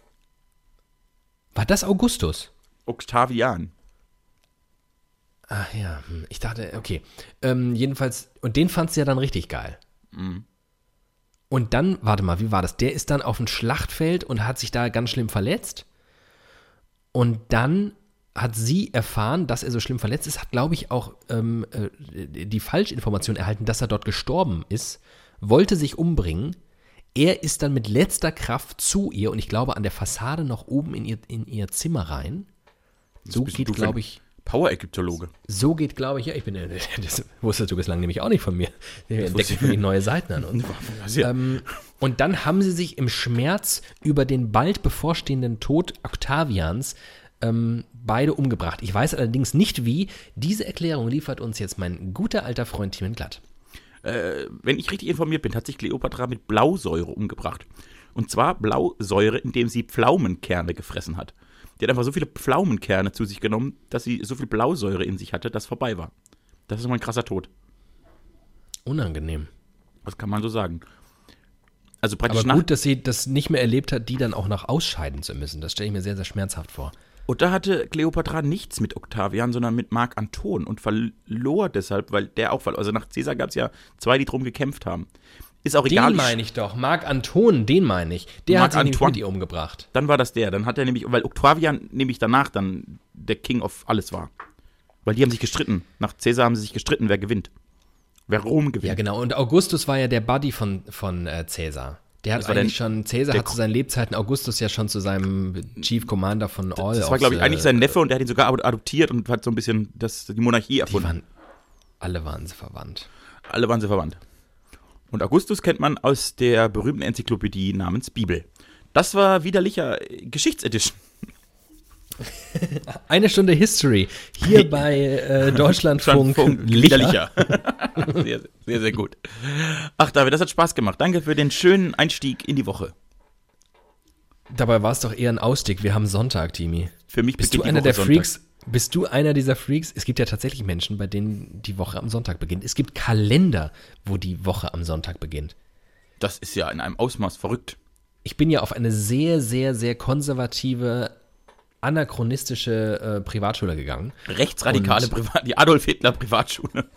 War das Augustus? Octavian. Ach ja, hm, ich dachte, okay. Ähm, jedenfalls, und den fand sie ja dann richtig geil. Mhm. Und dann, warte mal, wie war das? Der ist dann auf ein Schlachtfeld und hat sich da ganz schlimm verletzt. Und dann hat sie erfahren, dass er so schlimm verletzt ist, hat, glaube ich, auch ähm, äh, die Falschinformation erhalten, dass er dort gestorben ist, wollte sich umbringen. Er ist dann mit letzter Kraft zu ihr und ich glaube an der Fassade noch oben in ihr, in ihr Zimmer rein. So geht, glaube ich. Power-Ägyptologe. So geht, glaube ich, ja, ich bin, das wusstest du bislang nämlich auch nicht von mir. Wir entdecken wirklich neue Seiten an uns. ähm, und dann haben sie sich im Schmerz über den bald bevorstehenden Tod Octavians ähm, beide umgebracht. Ich weiß allerdings nicht wie. Diese Erklärung liefert uns jetzt mein guter alter Freund Timon Glatt. Äh, wenn ich richtig informiert bin, hat sich Kleopatra mit Blausäure umgebracht. Und zwar Blausäure, indem sie Pflaumenkerne gefressen hat. Die hat einfach so viele Pflaumenkerne zu sich genommen, dass sie so viel Blausäure in sich hatte, dass vorbei war. Das ist mal ein krasser Tod. Unangenehm. Was kann man so sagen? Also praktisch Aber gut, dass sie das nicht mehr erlebt hat, die dann auch noch ausscheiden zu müssen. Das stelle ich mir sehr, sehr schmerzhaft vor. Und da hatte Kleopatra nichts mit Octavian, sondern mit Marc Anton und verlor deshalb, weil der auch verlor. Also nach Caesar gab es ja zwei, die drum gekämpft haben. Ist auch egal. Den meine ich doch. Marc Anton, den meine ich. Der Marc hat sich Antoine. mit ihr umgebracht. Dann war das der. Dann hat er nämlich, weil Octavian nämlich danach dann der King of alles war. Weil die haben sich gestritten. Nach Caesar haben sie sich gestritten, wer gewinnt. Wer Rom gewinnt. Ja, genau. Und Augustus war ja der Buddy von, von äh, Caesar. Der hat eigentlich der, schon, Caesar hat zu seinen Lebzeiten Augustus ja schon zu seinem Chief Commander von All. Das war, glaube ich, eigentlich sein Neffe und der hat ihn sogar adoptiert und hat so ein bisschen das, die Monarchie erfunden. Die waren, alle waren sie verwandt. Alle waren sie verwandt. Und Augustus kennt man aus der berühmten Enzyklopädie namens Bibel. Das war widerlicher Geschichtsedition. Eine Stunde History hier bei äh, Deutschlandfunk. Widerlicher. sehr, sehr, sehr gut. Ach, David, das hat Spaß gemacht. Danke für den schönen Einstieg in die Woche. Dabei war es doch eher ein Ausstieg. Wir haben Sonntag, Timi. Für mich bist du einer der Sonntag. Freaks. Bist du einer dieser Freaks? Es gibt ja tatsächlich Menschen, bei denen die Woche am Sonntag beginnt. Es gibt Kalender, wo die Woche am Sonntag beginnt. Das ist ja in einem Ausmaß verrückt. Ich bin ja auf eine sehr, sehr, sehr konservative, anachronistische äh, Privatschule gegangen. Rechtsradikale Privat, die Adolf Hitler Privatschule.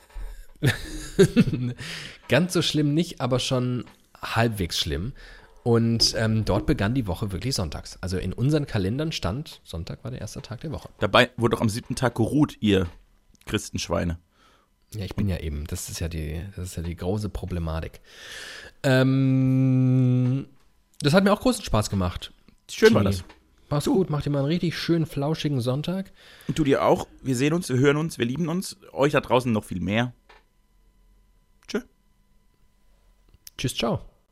Ganz so schlimm nicht, aber schon halbwegs schlimm. Und ähm, dort begann die Woche wirklich sonntags. Also in unseren Kalendern stand, Sonntag war der erste Tag der Woche. Dabei wurde auch am siebten Tag geruht, ihr Christenschweine. Ja, ich bin ja eben, das ist ja die, das ist ja die große Problematik. Ähm, das hat mir auch großen Spaß gemacht. Schön Timi. war das. Mach's gut, mach dir mal einen richtig schönen, flauschigen Sonntag. Und du dir auch. Wir sehen uns, wir hören uns, wir lieben uns. Euch da draußen noch viel mehr. Tschö. Tschüss, ciao.